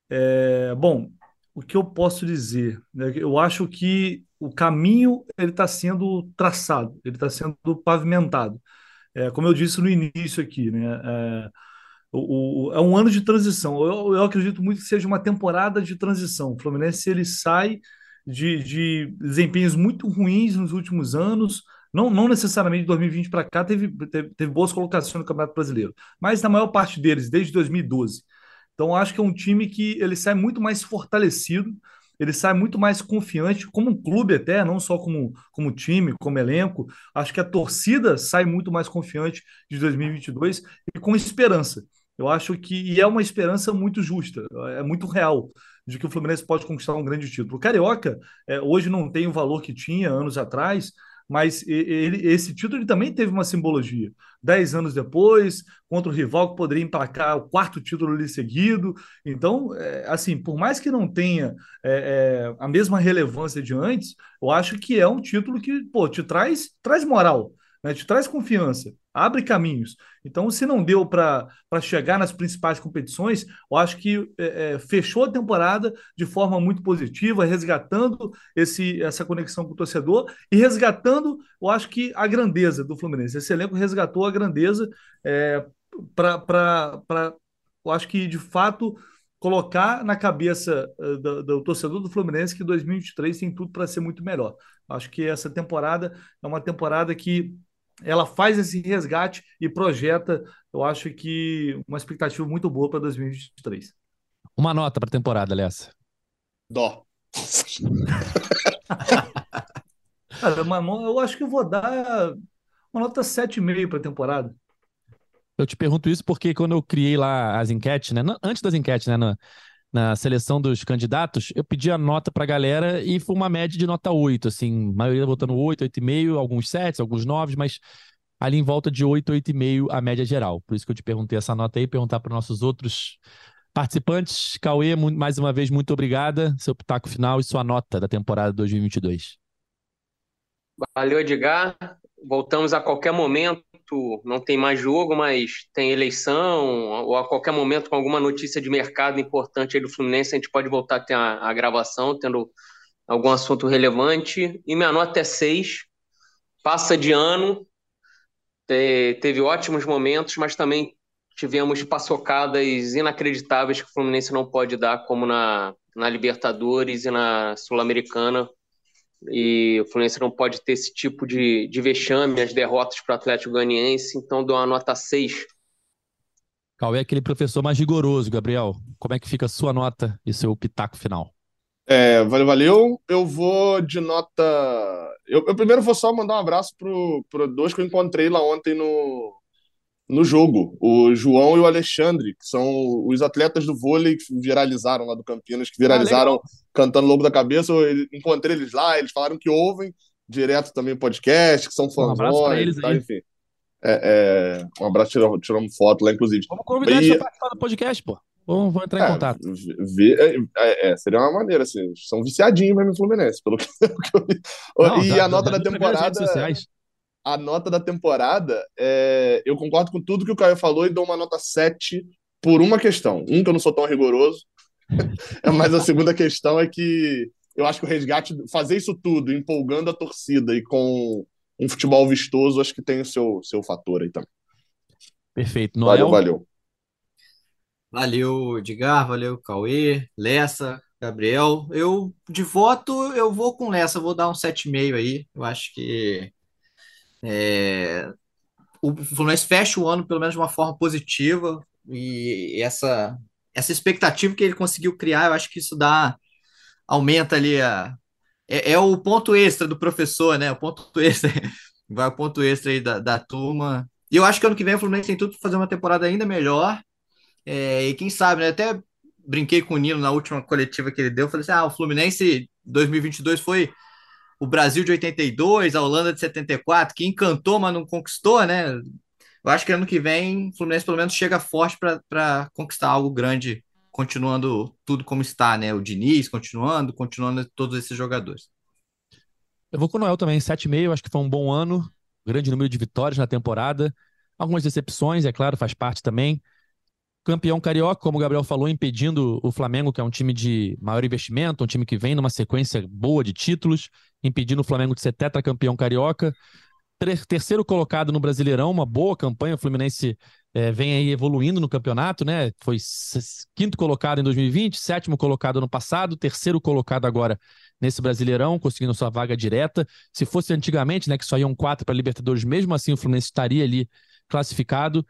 [SPEAKER 5] É, bom, o que eu posso dizer? Né, eu acho que o caminho ele está sendo traçado, ele está sendo pavimentado. É, como eu disse no início aqui, né? É, o, o- é um ano de transição. Eu, eu acredito muito que seja uma temporada de transição. O Fluminense ele sai de, de desempenhos muito ruins nos últimos anos. Não, não necessariamente de dois mil e vinte para cá teve, teve, teve boas colocações no Campeonato Brasileiro, mas na maior parte deles, desde dois mil e doze. Então, acho que é um time que ele sai muito mais fortalecido, ele sai muito mais confiante, como um clube até, não só como, como time, como elenco. Acho que a torcida sai muito mais confiante de dois mil e vinte e dois e com esperança. Eu acho que e é uma esperança muito justa, é muito real, de que o Fluminense pode conquistar um grande título. O Carioca é, hoje não tem o valor que tinha anos atrás, mas ele, esse título ele também teve uma simbologia. Dez anos depois, contra o rival que poderia emplacar o quarto título ali seguido. Então, é, assim, por mais que não tenha é, é, a mesma relevância de antes, eu acho que é um título que pô, te traz, traz moral, né? Te traz confiança, abre caminhos. Então, se não deu para chegar nas principais competições, eu acho que é, é, fechou a temporada de forma muito positiva, resgatando esse, essa conexão com o torcedor e resgatando, eu acho que a grandeza do Fluminense. Esse elenco resgatou a grandeza é, para, eu acho que de fato colocar na cabeça uh, do, do torcedor do Fluminense que dois mil e vinte e três tem tudo para ser muito melhor. Acho que essa temporada é uma temporada que ela faz esse resgate e projeta, eu acho que uma expectativa muito boa para dois mil e vinte e três.
[SPEAKER 1] Uma nota para a temporada, Lessa.
[SPEAKER 3] Dó.
[SPEAKER 5] Cara, uma, eu acho que eu vou dar uma nota sete vírgula cinco para a temporada.
[SPEAKER 1] Eu te pergunto isso porque quando eu criei lá as enquetes, né? Antes das enquetes, né? Na, na seleção dos candidatos, eu pedi a nota pra galera e foi uma média de nota oito, assim, a maioria votando oito, oito vírgula cinco, alguns sete, alguns nove, mas ali em volta de oito, oito vírgula cinco a média geral. Por isso que eu te perguntei essa nota aí, perguntar para os nossos outros participantes. Cauê, mais uma vez, muito obrigada. Seu pitaco final e sua nota da temporada dois mil e vinte e dois.
[SPEAKER 2] Valeu, Edgar. Voltamos a qualquer momento. Não tem mais jogo, mas tem eleição, ou a qualquer momento, com alguma notícia de mercado importante aí do Fluminense, a gente pode voltar a ter a, a gravação, tendo algum assunto relevante. E minha nota é seis. Passa de ano, te- teve ótimos momentos, mas também tivemos paçocadas inacreditáveis que o Fluminense não pode dar, como na, na Libertadores e na Sul-Americana. E o Fluminense não pode ter esse tipo de, de vexame, as derrotas para o Atlético Goianiense, então dou uma nota seis.
[SPEAKER 1] Cauê é aquele professor mais rigoroso, Gabriel. Como é que fica a sua nota e seu pitaco final?
[SPEAKER 3] É, valeu, valeu. Eu vou de nota. Eu, eu primeiro vou só mandar um abraço pro, pro dois que eu encontrei lá ontem no, no jogo. O João e o Alexandre, que são os atletas do vôlei que viralizaram lá do Campinas, que
[SPEAKER 1] Ah, legal.
[SPEAKER 3] viralizaram cantando Lobo da Cabeça. Eu encontrei eles lá, eles falaram que ouvem direto também o podcast, que são
[SPEAKER 1] Um abraço para
[SPEAKER 3] fãzões
[SPEAKER 1] eles
[SPEAKER 3] e tal,
[SPEAKER 1] aí.
[SPEAKER 3] enfim. É, é, um abraço, tiramos, tiramos foto lá, inclusive.
[SPEAKER 1] Vamos convidar eles
[SPEAKER 3] E,
[SPEAKER 1] para participar do podcast, pô. Vamos, vamos entrar em
[SPEAKER 3] é,
[SPEAKER 1] contato.
[SPEAKER 3] vi- é, é, seria uma maneira, assim, são viciadinhos mesmo no Fluminense, pelo que, pelo que eu vi.
[SPEAKER 1] Não,
[SPEAKER 3] E
[SPEAKER 1] já,
[SPEAKER 3] a
[SPEAKER 1] já,
[SPEAKER 3] nota
[SPEAKER 1] já
[SPEAKER 3] da
[SPEAKER 1] vi através das redes
[SPEAKER 3] temporada,
[SPEAKER 1] sociais.
[SPEAKER 3] a nota da temporada, é, eu concordo com tudo que o Caio falou e dou uma nota sete por uma questão. Um, que eu não sou tão rigoroso, mas a segunda questão é que eu acho que o resgate, fazer isso tudo, empolgando a torcida e com um futebol vistoso, acho que tem o seu, seu fator aí também.
[SPEAKER 1] Perfeito.
[SPEAKER 3] Valeu,
[SPEAKER 1] Noel?
[SPEAKER 3] valeu.
[SPEAKER 4] Valeu, Edgar, valeu, Cauê, Lessa, Gabriel. Eu, de voto, eu vou com Lessa, vou dar um sete vírgula cinco aí. Eu acho que é, o Fluminense fecha o ano, pelo menos de uma forma positiva, e essa, essa expectativa que ele conseguiu criar, eu acho que isso dá, aumenta ali a. É, é o ponto extra do professor, né? O ponto extra, vai o ponto extra aí da, da turma. E eu acho que ano que vem o Fluminense tem tudo para fazer uma temporada ainda melhor. É, e quem sabe, né? Até brinquei com o Nino na última coletiva que ele deu. Falei assim: ah, o Fluminense dois mil e vinte e dois foi o Brasil de oitenta e dois, a Holanda de setenta e quatro, que encantou, mas não conquistou, né? Eu acho que ano que vem o Fluminense pelo menos chega forte para conquistar algo grande, continuando tudo como está, né? O Diniz continuando, continuando todos esses jogadores.
[SPEAKER 1] Eu vou com o Noel também, sete vírgula cinco. Acho que foi um bom ano. Grande número de vitórias na temporada. Algumas decepções, é claro, faz parte também. Campeão carioca, como o Gabriel falou, impedindo o Flamengo, que é um time de maior investimento, um time que vem numa sequência boa de títulos, impedindo o Flamengo de ser tetracampeão carioca. Ter- Terceiro colocado no Brasileirão, uma boa campanha. O Fluminense eh, vem aí evoluindo no campeonato, né? Foi s- quinto colocado em dois mil e vinte, sétimo colocado ano passado, terceiro colocado agora nesse Brasileirão, conseguindo sua vaga direta. Se fosse antigamente, né, que só iam quatro para Libertadores, mesmo assim o Fluminense estaria ali classificado.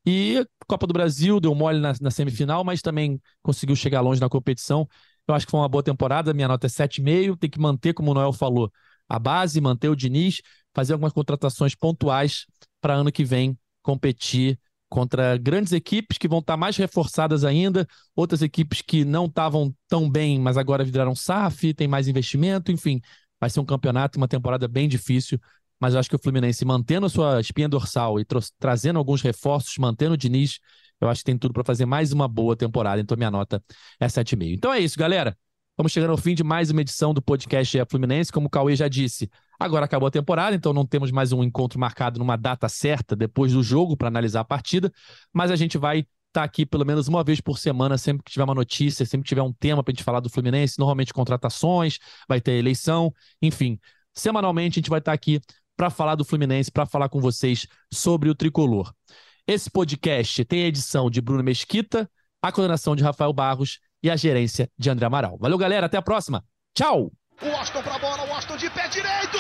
[SPEAKER 1] E Copa do Brasil deu mole na, na semifinal, mas também conseguiu chegar longe na competição. Eu acho que foi uma boa temporada. Minha nota é sete vírgula cinco. Tem que manter, como o Noel falou, a base, manter o Diniz, fazer algumas contratações pontuais para ano que vem competir contra grandes equipes que vão estar mais reforçadas ainda, outras equipes que não estavam tão bem, mas agora viraram S A F, tem mais investimento, enfim, vai ser um campeonato e uma temporada bem difícil, mas eu acho que o Fluminense mantendo a sua espinha dorsal e tro- trazendo alguns reforços, mantendo o Diniz, eu acho que tem tudo para fazer mais uma boa temporada, então minha nota é sete vírgula cinco. Então é isso, galera. Estamos chegando ao fim de mais uma edição do podcast É Fluminense, como o Cauê já disse. Agora acabou a temporada, então não temos mais um encontro marcado numa data certa depois do jogo para analisar a partida, mas a gente vai estar aqui pelo menos uma vez por semana, sempre que tiver uma notícia, sempre que tiver um tema para a gente falar do Fluminense, normalmente contratações, vai ter eleição, enfim. Semanalmente a gente vai estar aqui para falar do Fluminense, para falar com vocês sobre o tricolor. Esse podcast tem a edição de Bruno Mesquita, a coordenação de Rafael Barros e a gerência de André Amaral. Valeu, galera. Até a próxima. Tchau!
[SPEAKER 6] O Washington pra bola, o Washington de pé direito!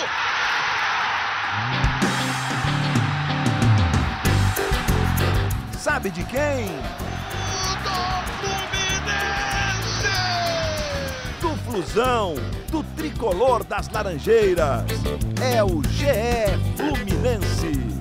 [SPEAKER 6] Sabe de quem? Do Fluminense! Do Flusão, do tricolor das Laranjeiras. É o G E Fluminense.